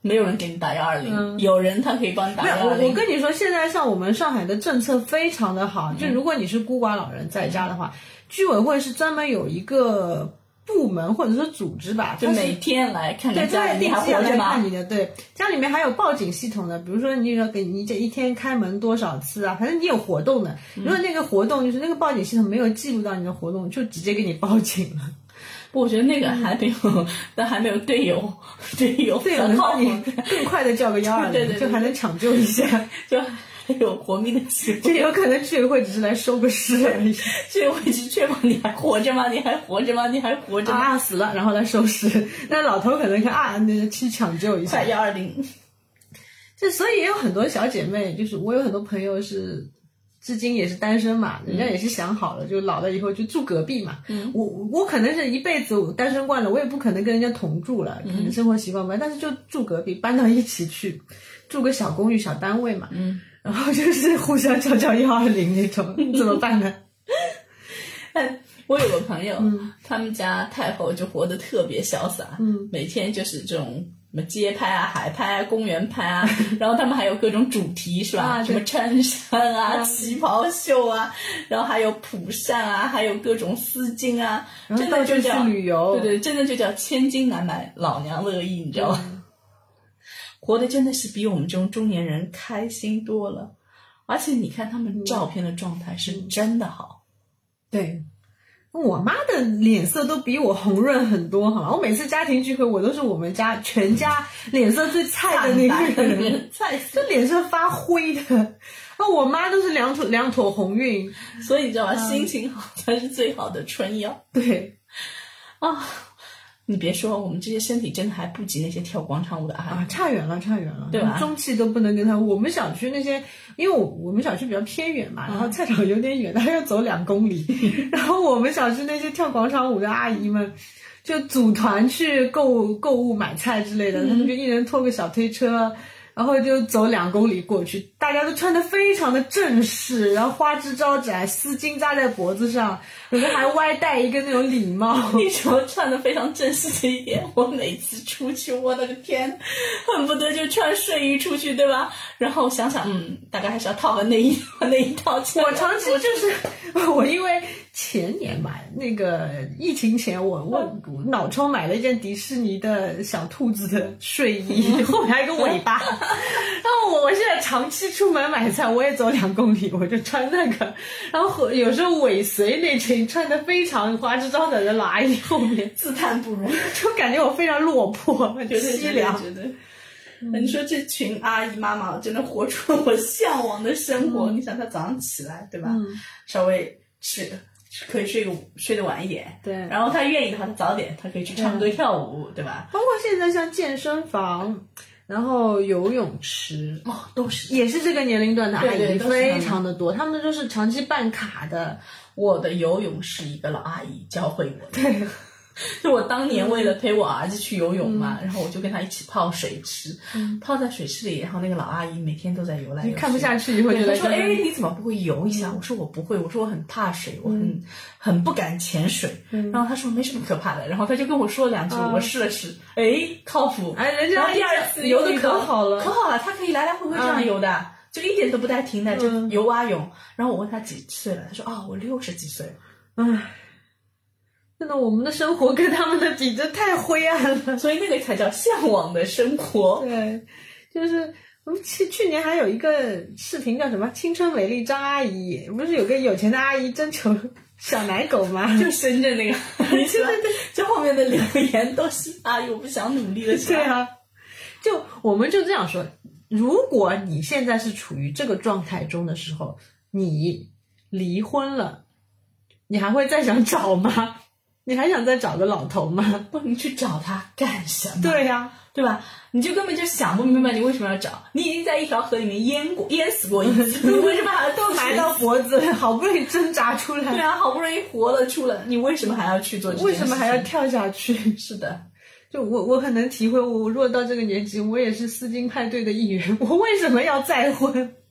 没有人给你打幺二零，
嗯
有人他可以帮你打
没有，
幺二零。
我我跟你说，现在像我们上海的政策非常的好，就如果你是孤寡老人在家的话，居委会是专门有一个部门或者说组织吧，
就每天来看看
对，
家里面还活着
来
吗？
看你的，对，家里面还有报警系统的，比如说你说给你这一天开门多少次啊，反正你有活动的，如果那个活动就是那个报警系统没有记录到你的活动，就直接给你报警了。
不，我觉得那个还没有，但还没有队友，队友
队友能帮你更快的叫个幺二零，就还能抢救一下，
就还有活命的机会。
就有可能居委会只是来收个尸而已，
居委会只确保你还活着吗？你还活着吗？你还活着吗？
啊，死了，然后来收尸。那老头可能看啊，那去抢救一下。
快幺二零。
就所以也有很多小姐妹，就是我有很多朋友是。至今也是单身嘛，人家也是想好了，嗯、就老了以后就住隔壁嘛。嗯，我我可能是一辈子单身惯了，我也不可能跟人家同住了，可能生活习惯不一样，但是就住隔壁，搬到一起去，住个小公寓、小单位嘛。嗯，然后就是互相叫叫幺二零那种，怎么办呢？
我有个朋友，嗯、他们家太后就活得特别潇洒，嗯，每天就是这种。什么街拍啊、海拍啊、公园拍啊，然后他们还有各种主题是吧？啊、什么衬衫啊、啊旗袍秀啊，然后还有蒲扇啊，还有各种丝巾啊，真的就叫
旅游，
对对，真的就叫千金难买老娘乐意，你知道吗？嗯、活得真的是比我们这种中年人开心多了，而且你看他们照片的状态是真的好，
嗯、对。我妈的脸色都比我红润很多，好吗？我每次家庭聚会，我都是我们家全家脸色最菜的那个人，
菜
就脸色发灰的。那我妈都是两坨两坨红晕，
所以你知道吗？嗯、心情好才是最好的春药。
对，
啊，你别说，我们这些身体真的还不及那些跳广场舞的阿姨
啊，差远了，差远了，
对吧？
中气都不能跟他。我们小区那些，因为我我们小区比较偏远嘛，然后菜场有点远，大概要走两公里。然后我们小区那些跳广场舞的阿姨们，就组团去购购物、买菜之类的，他们就一人拖个小推车。然后就走两公里过去，大家都穿得非常的正式，然后花枝招展，丝巾扎在脖子上，有的还歪戴一个那种礼帽。
你说穿得非常正式这一点，我每次出去，我的个天，恨不得就穿睡衣出去，对吧？然后想想，嗯，大概还是要套个内衣，内衣套起来。
我长期就是我因为前年买那个疫情前我，我我脑充买了一件迪士尼的小兔子的睡衣，后面还有一个尾巴。然后我我现在长期出门买菜，我也走两公里，我就穿那个，然后有时候尾随那群穿得非常花枝招展的老阿姨后面
自叹不如，
就感觉我非常落魄，觉得凄凉。
觉得你说这群阿姨妈妈真的活出了我向往的生活。嗯、你想，她早上起来，对吧？嗯、稍微吃。可以睡个睡得晚一点，
对。
然后他愿意的话，他早点，他可以去唱歌跳舞，对吧？
包括现在像健身房，然后游泳池，
哦，都是
也是这个年龄段的阿姨，
对对
非常的多，他们都是长期办卡的。
我的游泳是一个老阿姨教会我的，
对。
就我当年为了陪我儿子去游泳嘛，嗯、然后我就跟他一起泡水池，嗯、泡在水池里，然后那个老阿姨每天都在游来游去。
你看不下去以后就来
说：“哎，你怎么不会游一下？”嗯、我说：“我不会，我说我很怕水，我很、嗯、很不敢潜水。嗯”然后他说：“没什么可怕的。”然后他就跟我说了两句，嗯、我试了试，哎，靠谱。
哎，人家
第二次游的
可好了，
可好了，他可以来来回回这样游的。嗯就一点都不带停的，就游啊泳。嗯、然后我问他几岁了，他说：“哦，我六十几岁。”
唉。真的，我们的生活跟他们的比，这太灰暗了，
所以那个才叫向往的生活。
对，就是我们去去年还有一个视频叫什么“青春美丽张阿姨”，不是有个有钱的阿姨征求小奶狗吗？
就深圳那个，对对对，这后面的留言都是阿姨，我不想努力了。
对啊，就我们就这样说，如果你现在是处于这个状态中的时候，你离婚了，你还会再想找吗？你还想再找个老头吗？
不，你去找他干什么？
对呀、啊，
对吧？你就根本就想不明白你为什么要找。你已经在一条河里面淹过、淹死过一次，你为什么还要
都埋到脖子，好不容易挣扎出来？
对啊，好不容易活了出来，你为什么还要去做这件事？
为什么还要跳下去？
是的，
就我我很能体会，我如果到这个年纪，我也是丝巾派对的一员，我为什么要再婚？
不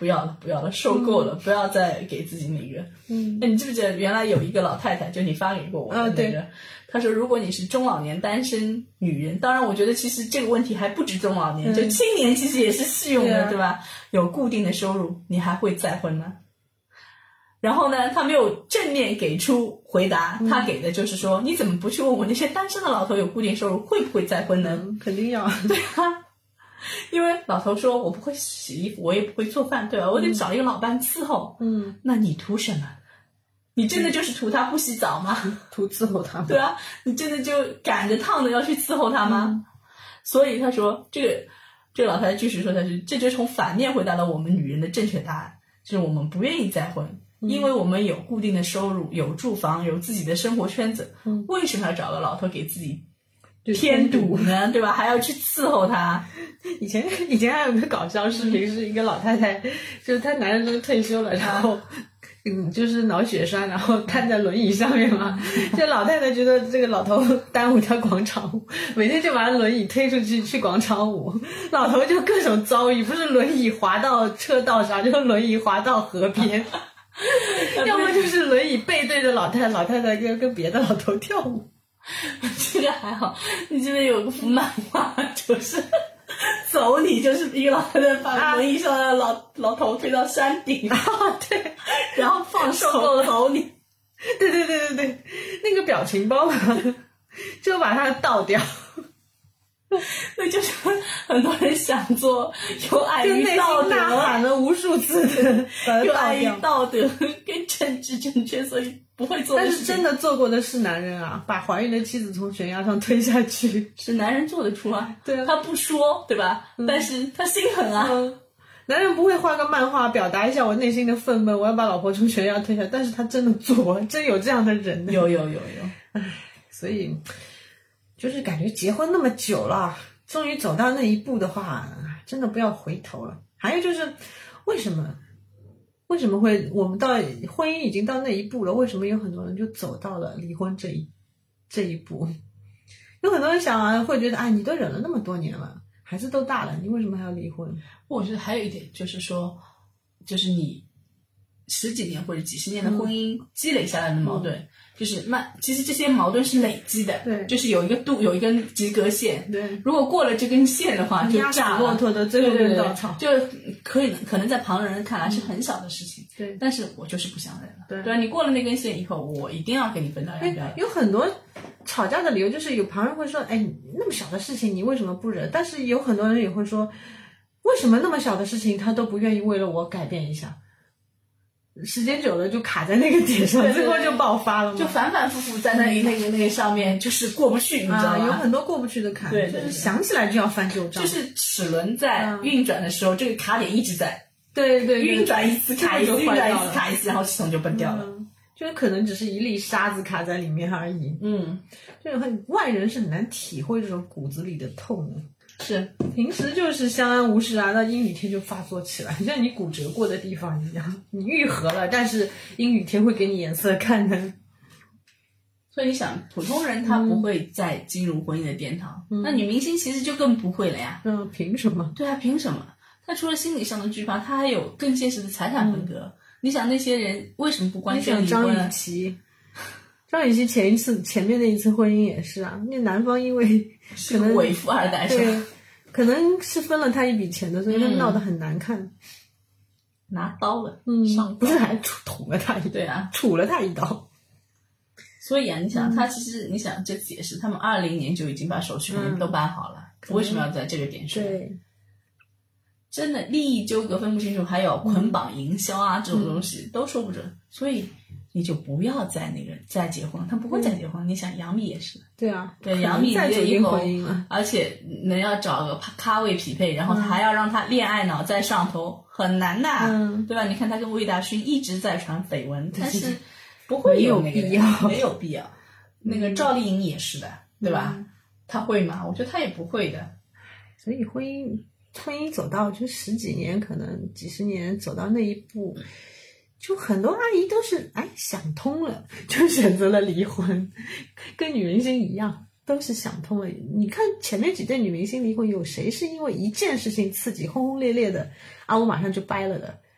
不要了，不要了，受够了，嗯、不要再给自己那个。
嗯，
那你记不记得原来有一个老太太，就你发给过我的那个，
啊、对
她说如果你是中老年单身女人，当然我觉得其实这个问题还不止中老年，嗯、就青年其实也是适用的，
yeah.
对吧？有固定的收入，你还会再婚吗？然后呢，他没有正面给出回答，
嗯、
他给的就是说，你怎么不去问问那些单身的老头有固定收入会不会再婚呢？
嗯、肯定要，
对啊。因为老头说我不会洗衣服，我也不会做饭，对吧？我得找一个老伴伺候。
嗯，
那你图什么？你真的就是图他不洗澡吗？
图伺候他吗？
对啊，你真的就赶着烫的要去伺候他吗？嗯、所以他说，这个这个老太太继续说下去，这就从反面回答了我们女人的正确答案，就是我们不愿意再婚，嗯、因为我们有固定的收入，有住房，有自己的生活圈子，
嗯、
为什么要找个老头给自己添堵呢？对吧？还要去伺候他。
以前以前还有个搞笑视频，是一个老太太，就是她男人都退休了，然后嗯，就是脑血栓，然后瘫在轮椅上面嘛。这老太太觉得这个老头耽误她广场舞，每天就把轮椅推出去去广场舞。老头就各种遭遇，不是轮椅滑到车道上，就是轮椅滑到河边，要么就是轮椅背对着老太太，老太太跟跟别的老头跳舞。
这个还好，你记得有个幅漫画，就是走你就是一个老太太把轮椅上的老、啊、老头推到山顶，
啊对，
然后放手走你，
对对对对对，那个表情包嘛，就把它倒掉。
那就是很多人想做有碍于道德，
呐喊了无数次的
有碍于道德跟政治正确，所以不会做的事情。
但是真的做过的是男人啊，把怀孕的妻子从悬崖上推下去，
是男人做得出啊。
对啊，
他不说，对吧？嗯、但是他心狠啊。
嗯，男人不会画个漫画表达一下我内心的愤懑，我要把老婆从悬崖推下，但是他真的做，真有这样的人。
有有有有，
唉，所以就是感觉结婚那么久了，终于走到那一步的话，真的不要回头了。还有就是为什么为什么会我们到婚姻已经到那一步了，为什么有很多人就走到了离婚这一这一步？有很多人想啊，会觉得啊，你都忍了那么多年了，孩子都大了，你为什么还要离婚？
我觉得还有一点就是说，就是你十几年或者几十年的婚姻积累下来的矛盾，嗯、就是慢，其实这些矛盾是累积的，
对，
就是有一个度，有一根及格线，
对，
如果过了这根线的话，就炸了，
骆驼的最后一根稻草，
就可以可能在旁人看来是很小的事情，
对、嗯，
但是我就是不想忍了，
对，
对吧？你过了那根线以后，我一定要跟你分道扬镳。
有很多吵架的理由就是有旁人会说，哎，那么小的事情你为什么不忍？但是有很多人也会说，为什么那么小的事情他都不愿意为了我改变一下？时间久了就卡在那个点上，最后就爆发了嘛，
就反反复复在那里那个那个上面，就是过不去，你知道吗？
啊、有很多过不去的坎，
对，对，
就是想起来就要翻旧账。
就是齿轮在运转的时候，嗯、这个卡点一直在，
对 对, 对，
运转一次卡一次，运转一次卡一次，然后系统就崩掉了。
嗯，就是可能只是一粒沙子卡在里面而已。
嗯，
就很外人是很难体会这种骨子里的痛的。
是，
平时就是相安无事啊，到阴雨天就发作起来，像你骨折过的地方一样，你愈合了，但是阴雨天会给你颜色看的。
所以你想，普通人他不会再进入婚姻的殿堂，嗯、那女明星其实就更不会了呀。
嗯，凭什么？
对啊，凭什么？他除了心理上的惧怕，他还有更现实的财产分割。嗯、你想那些人为什么不关心离婚？
张雨绮。张雨绮前一次前面那一次婚姻也是啊，那男方因为可能
伪富二代是吧？
对，可能是分了他一笔钱的，所以他闹得很难看，嗯、
拿刀了，
嗯，
上
不是还捅了他一刀，
对啊，
杵了他一刀。
所以啊，你想、
嗯、
他其实你想这次也是，他们二零年就已经把手续都办好了，嗯、为什么要在这个点上？
对，
真的利益纠葛分不清楚，还有捆绑营销啊、嗯、这种东西都说不准，所以。你就不要再那个再结婚，他不会再结婚。嗯、你想杨幂也是，
对啊，
对杨幂结以后，
了
而且能要找个咖位匹配，然后还要让他恋爱脑再上头，很难的，
嗯、
对吧？你看他跟魏大勋一直在传绯闻，但是不会有那个
必要，
没有必要。那个赵丽颖也是的，对吧？
嗯、
他会吗？我觉得他也不会的。
所以婚姻婚姻走到就十几年，可能几十年走到那一步。就很多阿姨都是哎想通了，就选择了离婚，跟女明星一样，都是想通了。你看前面几对女明星离婚，有谁是因为一件事情刺激轰轰烈烈的啊，我马上就掰了的？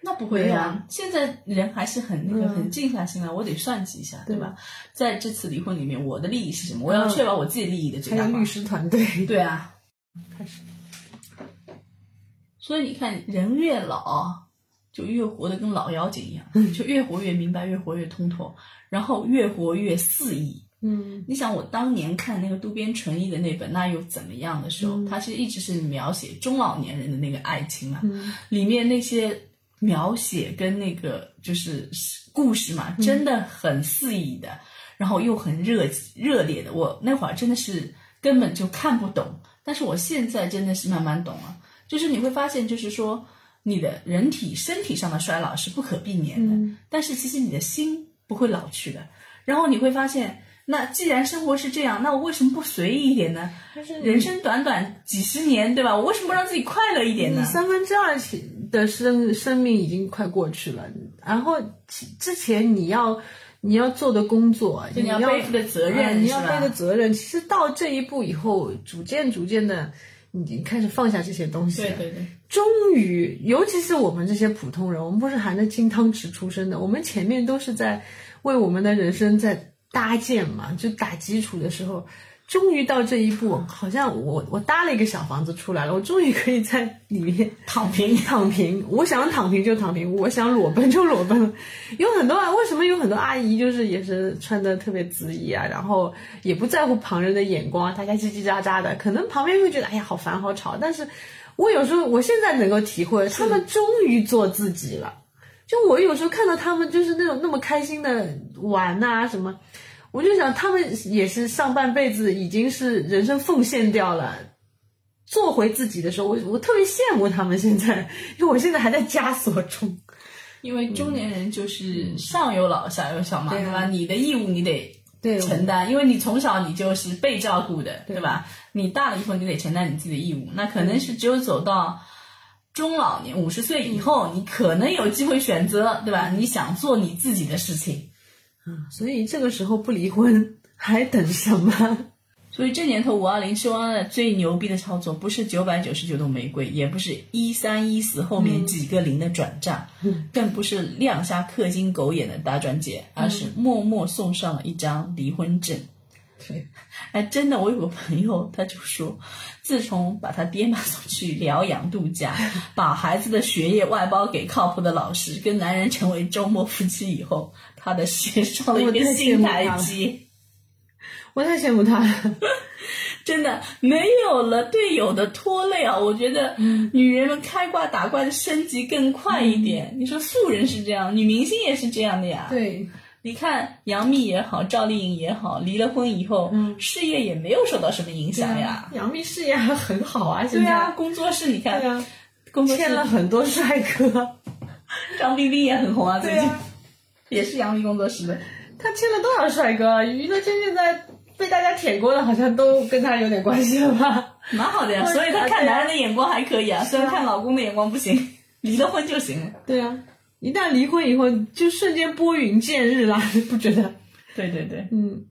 那不会啊，
啊
现在人还是很那个、
嗯、
很静下心来，我得算计一下，对吧？在这次离婚里面，我的利益是什么？
嗯、
我要确保我自己利益的最大化。
还有律师团队，
对啊，
开始。
所以你看，人越老，就越活得跟老妖精一样，
嗯、
就越活越明白，越活越通透，然后越活越肆意。
嗯，
你想我当年看那个渡边淳一的那本《那又怎么样》的时候，
嗯、
他其实一直是描写中老年人的那个爱情嘛，
嗯、
里面那些描写跟那个就是故事嘛，真的很肆意的，嗯、然后又很热热烈的。我那会儿真的是根本就看不懂，但是我现在真的是慢慢懂了。就是你会发现，就是说你的人体身体上的衰老是不可避免的，
嗯、
但是其实你的心不会老去的。然后你会发现，那既然生活是这样，那我为什么不随意一点呢？人生短短几十年，对吧？我为什么不让自己快乐一点呢？
你三分之二的生生命已经快过去了，然后之前你要你要做的工作，
你要背负的责任，
呃、你要背的责任，其实到这一步以后，逐渐逐渐的，你开始放下这些东西了。
对对对。
终于，尤其是我们这些普通人，我们不是含着金汤匙出生的，我们前面都是在为我们的人生在搭建嘛，就打基础的时候，终于到这一步，好像我我搭了一个小房子出来了，我终于可以在里面
躺平
躺平，我想躺平就躺平，我想裸奔就裸奔。有很多啊，为什么有很多阿姨就是也是穿的特别恣意啊，然后也不在乎旁人的眼光，大家叽叽喳喳的，可能旁边会觉得哎呀好烦好吵，但是我有时候我现在能够体会，他们终于做自己了。就我有时候看到他们就是那种那么开心的玩啊什么，我就想他们也是上半辈子已经是人生奉献掉了，做回自己的时候，我我特别羡慕他们现在，因为我现在还在枷锁中。
因为中年人就是上有老下有小嘛，
对
吧、啊？你的义务你得
对
承担，因为你从小你就是被照顾的， 对,
对
吧？你大了以后你得承担你自己的义务，那可能是只有走到中老年五十岁以后，你可能有机会选择，对吧？你想做你自己的事情，
嗯，所以这个时候不离婚还等什么？
所以这年头五二零收安的最牛逼的操作，不是九百九十九朵玫瑰，也不是一三一四后面几个零的转账，
嗯、
更不是亮瞎氪金狗眼的大转姐，而是默默送上了一张离婚证。
对，
哎，真的，我有个朋友，他就说，自从把他爹妈送去疗养度假，把孩子的学业外包给靠谱的老师，跟男人成为周末夫妻以后，他的事业上了一个新台阶。
我太羡慕他了，
真的没有了队友的拖累啊！我觉得女人们开挂打怪的升级更快一点。嗯、你说素人是这样，女明星也是这样的呀。
对。
你看杨幂也好，赵丽颖也好，离了婚以后，嗯，事业也没有受到什么影响呀。
杨幂事业还很好啊，现在。
对啊，工作室你看，
对啊，
工作室
签了很多帅哥，
张彬彬也很红啊，最近、啊、也是杨幂工作室的。
他签了多少帅哥？娱乐圈现在被大家舔过的，好像都跟他有点关系了吧？
蛮好的呀，所以他看男人的眼光还可以啊，虽然看老公的眼光不行，离了婚就行了。
对啊。一旦离婚以后，就瞬间拨云见日啦，不觉得？
对对对，
嗯。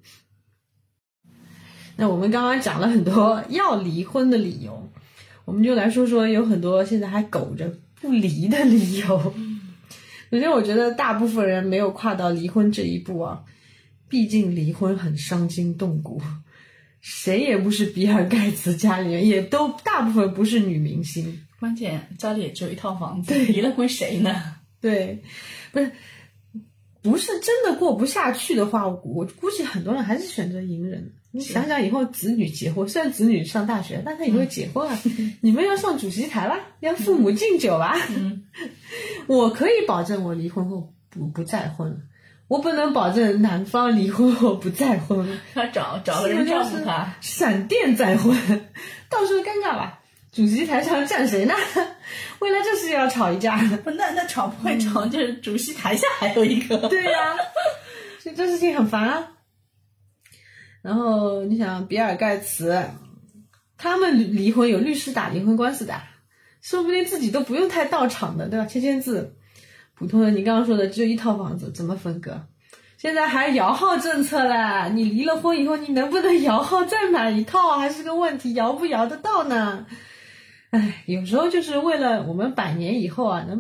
那我们刚刚讲了很多要离婚的理由，我们就来说说有很多现在还苟着不离的理由。首先，我觉得大部分人没有跨到离婚这一步啊，毕竟离婚很伤筋动骨，谁也不是比尔盖茨，家里人也都大部分不是女明星，
关键家里也只有一套房子，离了婚谁呢？
对，不是不是真的过不下去的话，我我估计很多人还是选择隐忍。你想想以后子女结婚，虽然子女上大学，但他以后结婚啊，嗯、你们要上主席台啦，要父母敬酒啦。
嗯、
我可以保证我离婚后不不再婚了，我不能保证男方离婚后不再婚了。
他找找个人照顾他，
闪电再婚，到时候尴尬吧。主席台上站谁呢？为了这事要吵一架？
那那吵不会吵，嗯、就是主席台下还有一个。
对呀、啊，所以这事情很烦啊。然后你想，比尔盖茨他们离婚有律师打离婚官司的，说不定自己都不用太到场的，对吧？签签字。普通人你刚刚说的只有一套房子，怎么分割？现在还摇号政策啦，你离了婚以后，你能不能摇号再买一套，还是个问题，摇不摇得到呢？哎，有时候就是为了我们百年以后啊，能把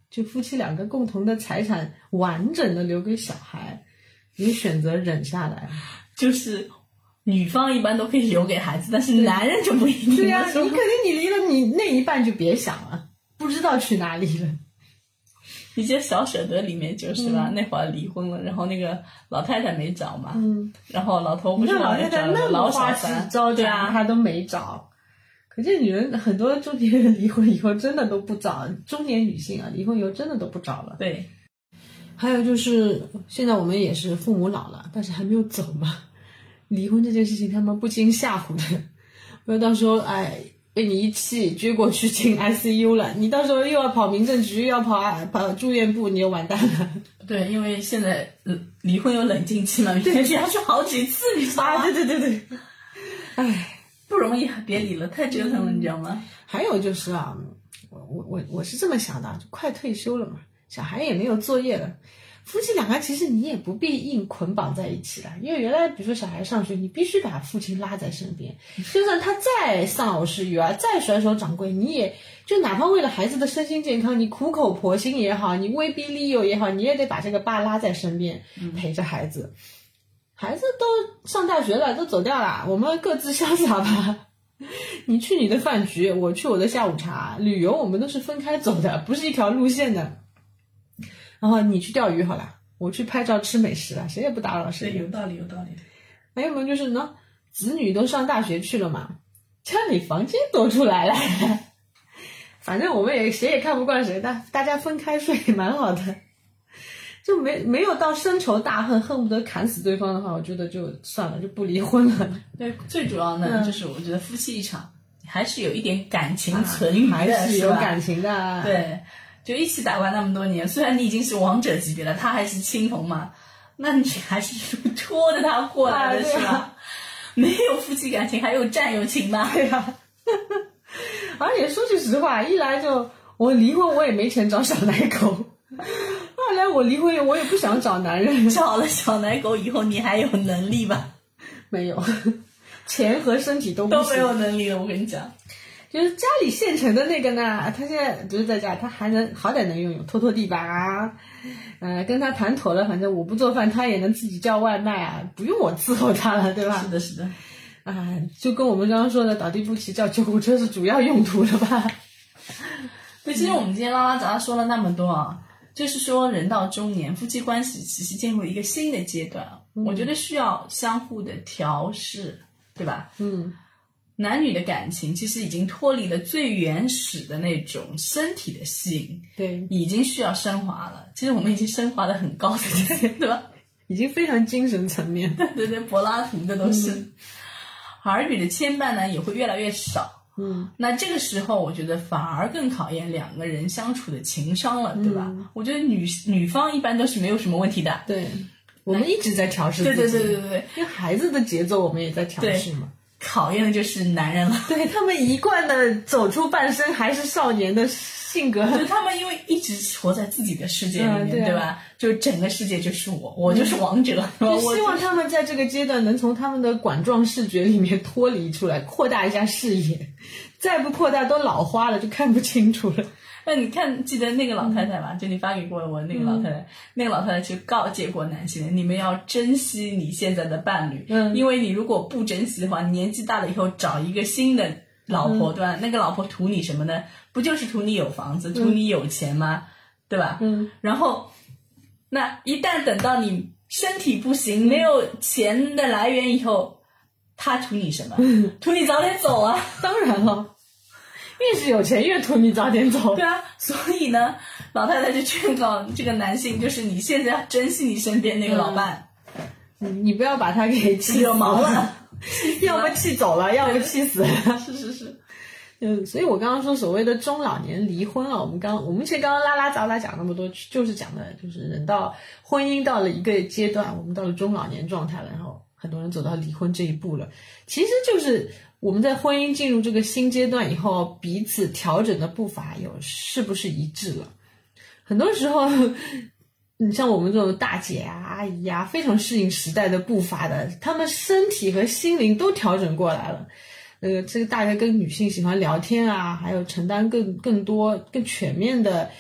就夫妻两个共同的财产完整的留给小孩，你选择忍下来。
就是女方一般都可以留给孩子，但是男人就不一定了。
对呀、
是吧
你肯定你离了，你那一半就别想了，不知道去哪里了。
你记得《小舍得》里面就是吧、嗯，那会儿离婚了，然后那个老太太没找嘛，
嗯，
然后老头不是
老太太那么花枝招展，他都没找。可见女人很多中年人离婚以后真的都不找，中年女性啊，离婚以后真的都不找了。
对。
还有就是现在我们也是父母老了，但是还没有走嘛，离婚这件事情他们不经吓唬的，不要到时候哎被你一气撅过去进 I C U 了，你到时候又要跑民政局，又要跑跑住院部，你就完蛋了。
对，因为现在离婚有冷静期嘛，连续要去好几次，你知道吗？
啊，对对对对，哎。
不容易，别理了，太折腾了，你知道吗？
还有就是啊，我我我我是这么想的，就快退休了嘛，小孩也没有作业了，夫妻两个其实你也不必硬捆绑在一起了，因为原来比如说小孩上学，你必须把父亲拉在身边，就算他再丧偶式育儿，再甩手掌柜，你也就哪怕为了孩子的身心健康，你苦口婆心也好，你威逼利诱也好，你也得把这个爸拉在身边，陪着孩子。孩子都上大学了，都走掉了，我们各自潇洒吧。你去你的饭局，我去我的下午茶，旅游我们都是分开走的，不是一条路线的。然后你去钓鱼好了，我去拍照吃美食了，谁也不打扰谁。
对，有道理，有道理。
还有没有就是呢，子女都上大学去了嘛，家里房间多出来了。反正我们也谁也看不惯谁，大大家分开睡蛮好的。就没没有到深仇大恨，恨不得砍死对方的话，我觉得就算了，就不离婚了。
对，最主要呢，嗯、就是我觉得夫妻一场还是有一点感情存疑的，
啊、还是有感情的、啊。
对，就一起打怪那么多年，虽然你已经是王者级别了，他还是青铜嘛，那你还是拖着他过来的、啊、是吧、啊？没有夫妻感情，还有战友情吗？
对呀、啊。而且说句实话，一来就我离婚，我也没钱找小奶狗。二来我离婚我也不想找男人，
找了小奶狗以后你还有能力吧？
没有，钱和身体都不
都没有能力了。我跟你讲，
就是家里现成的那个呢，他现在就是在家，他还能好歹能用用拖拖地板啊，呃，跟他谈妥了，反正我不做饭，他也能自己叫外卖啊，不用我伺候他了，对吧？
是的，是的，
啊、呃，就跟我们刚刚说的倒地不起叫救护车是主要用途了吧？
对，其实我们今天拉拉杂杂说了那么多啊。就是说人到中年，夫妻关系其实进入一个新的阶段、嗯、我觉得需要相互的调试，对吧？
嗯，
男女的感情其实已经脱离了最原始的那种身体的吸引，
对，
已经需要升华了。其实我们已经升华的很高的，对吧？
已经非常精神层面，
对对对，柏拉图的都是、嗯、儿女的牵绊呢也会越来越少。
嗯，
那这个时候我觉得反而更考验两个人相处的情商了，对吧？
嗯、
我觉得女女方一般都是没有什么问题的。
对，我们一直在调试自己。
对对对对对，
因为孩子的节奏我们也在调试嘛。
考验的就是男人了。
对，他们一贯的走出半生还是少年的性格。
就他们因为一直活在自己的世界里面，嗯、对, 啊、对吧？就整个世界就是我，我就是王者。
嗯、就希望他们在这个阶段能从他们的管状视觉里面脱离出来，扩大一下视野。再不扩大都老花了，就看不清楚了。
那你看，记得那个老太太吧？嗯、就你发给过我那个老太太，嗯、那个老太太就告诫过男性人，你们要珍惜你现在的伴侣，
嗯，
因为你如果不珍惜的话，年纪大了以后找一个新的老婆，嗯、对吧？那个老婆图你什么呢？不就是图你有房子，图你有钱吗？嗯、对吧？
嗯。
然后，那一旦等到你身体不行，没有钱的来源以后。他图你什么？图你早点走啊！
当然了，越是有钱越图你早点走。
对啊，所以呢，老太太就劝告这个男性，就是你现在要珍惜你身边那个老伴，
嗯、你不要把他给气
惹毛了，
要不气走了，要不气死了。
是是是。
嗯，所以我刚刚说所谓的中老年离婚啊，我们刚我们其实刚刚拉拉杂杂讲那么多，就是讲的就是人到婚姻到了一个阶段，我们到了中老年状态了，然后。很多人走到离婚这一步了，其实就是我们在婚姻进入这个新阶段以后，彼此调整的步伐有是不是一致了？很多时候，你像我们这种大姐啊、阿姨啊，非常适应时代的步伐的，她们身体和心灵都调整过来了。呃，这个大概跟女性喜欢聊天啊，还有承担更更多、更全面的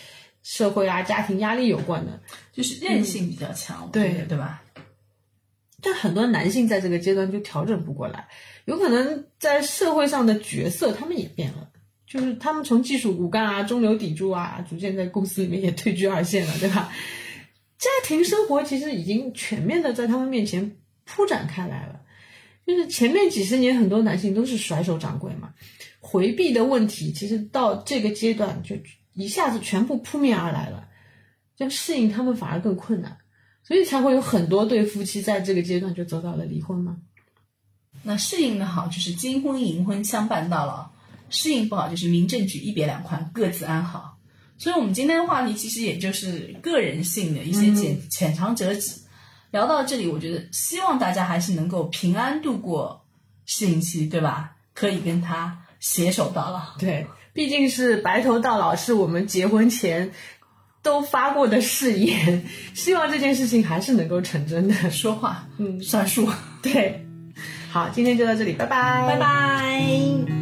社会啊、家庭压力有关的，
就是韧性比较强，
嗯、对
对吧？
但很多男性在这个阶段就调整不过来，有可能在社会上的角色他们也变了，就是他们从技术骨干啊、中流砥柱啊，逐渐在公司里面也退居二线了，对吧？家庭生活其实已经全面的在他们面前铺展开来了，就是前面几十年很多男性都是甩手掌柜嘛，回避的问题其实到这个阶段就一下子全部扑面而来了，要适应他们反而更困难，所以才会有很多对夫妻在这个阶段就走到了离婚嘛。
那适应的好就是金婚银婚相伴到老，适应不好就是民政局一别两宽，各自安好。所以我们今天的话题其实也就是个人性的一些浅浅尝辄止、嗯、聊到这里，我觉得希望大家还是能够平安度过适应期，对吧？可以跟他携手到老。
对，毕竟是白头到老，是我们结婚前都发过的誓言，希望这件事情还是能够成真的。
说话
嗯
算数。
对，好，今天就到这里，拜拜，
拜拜。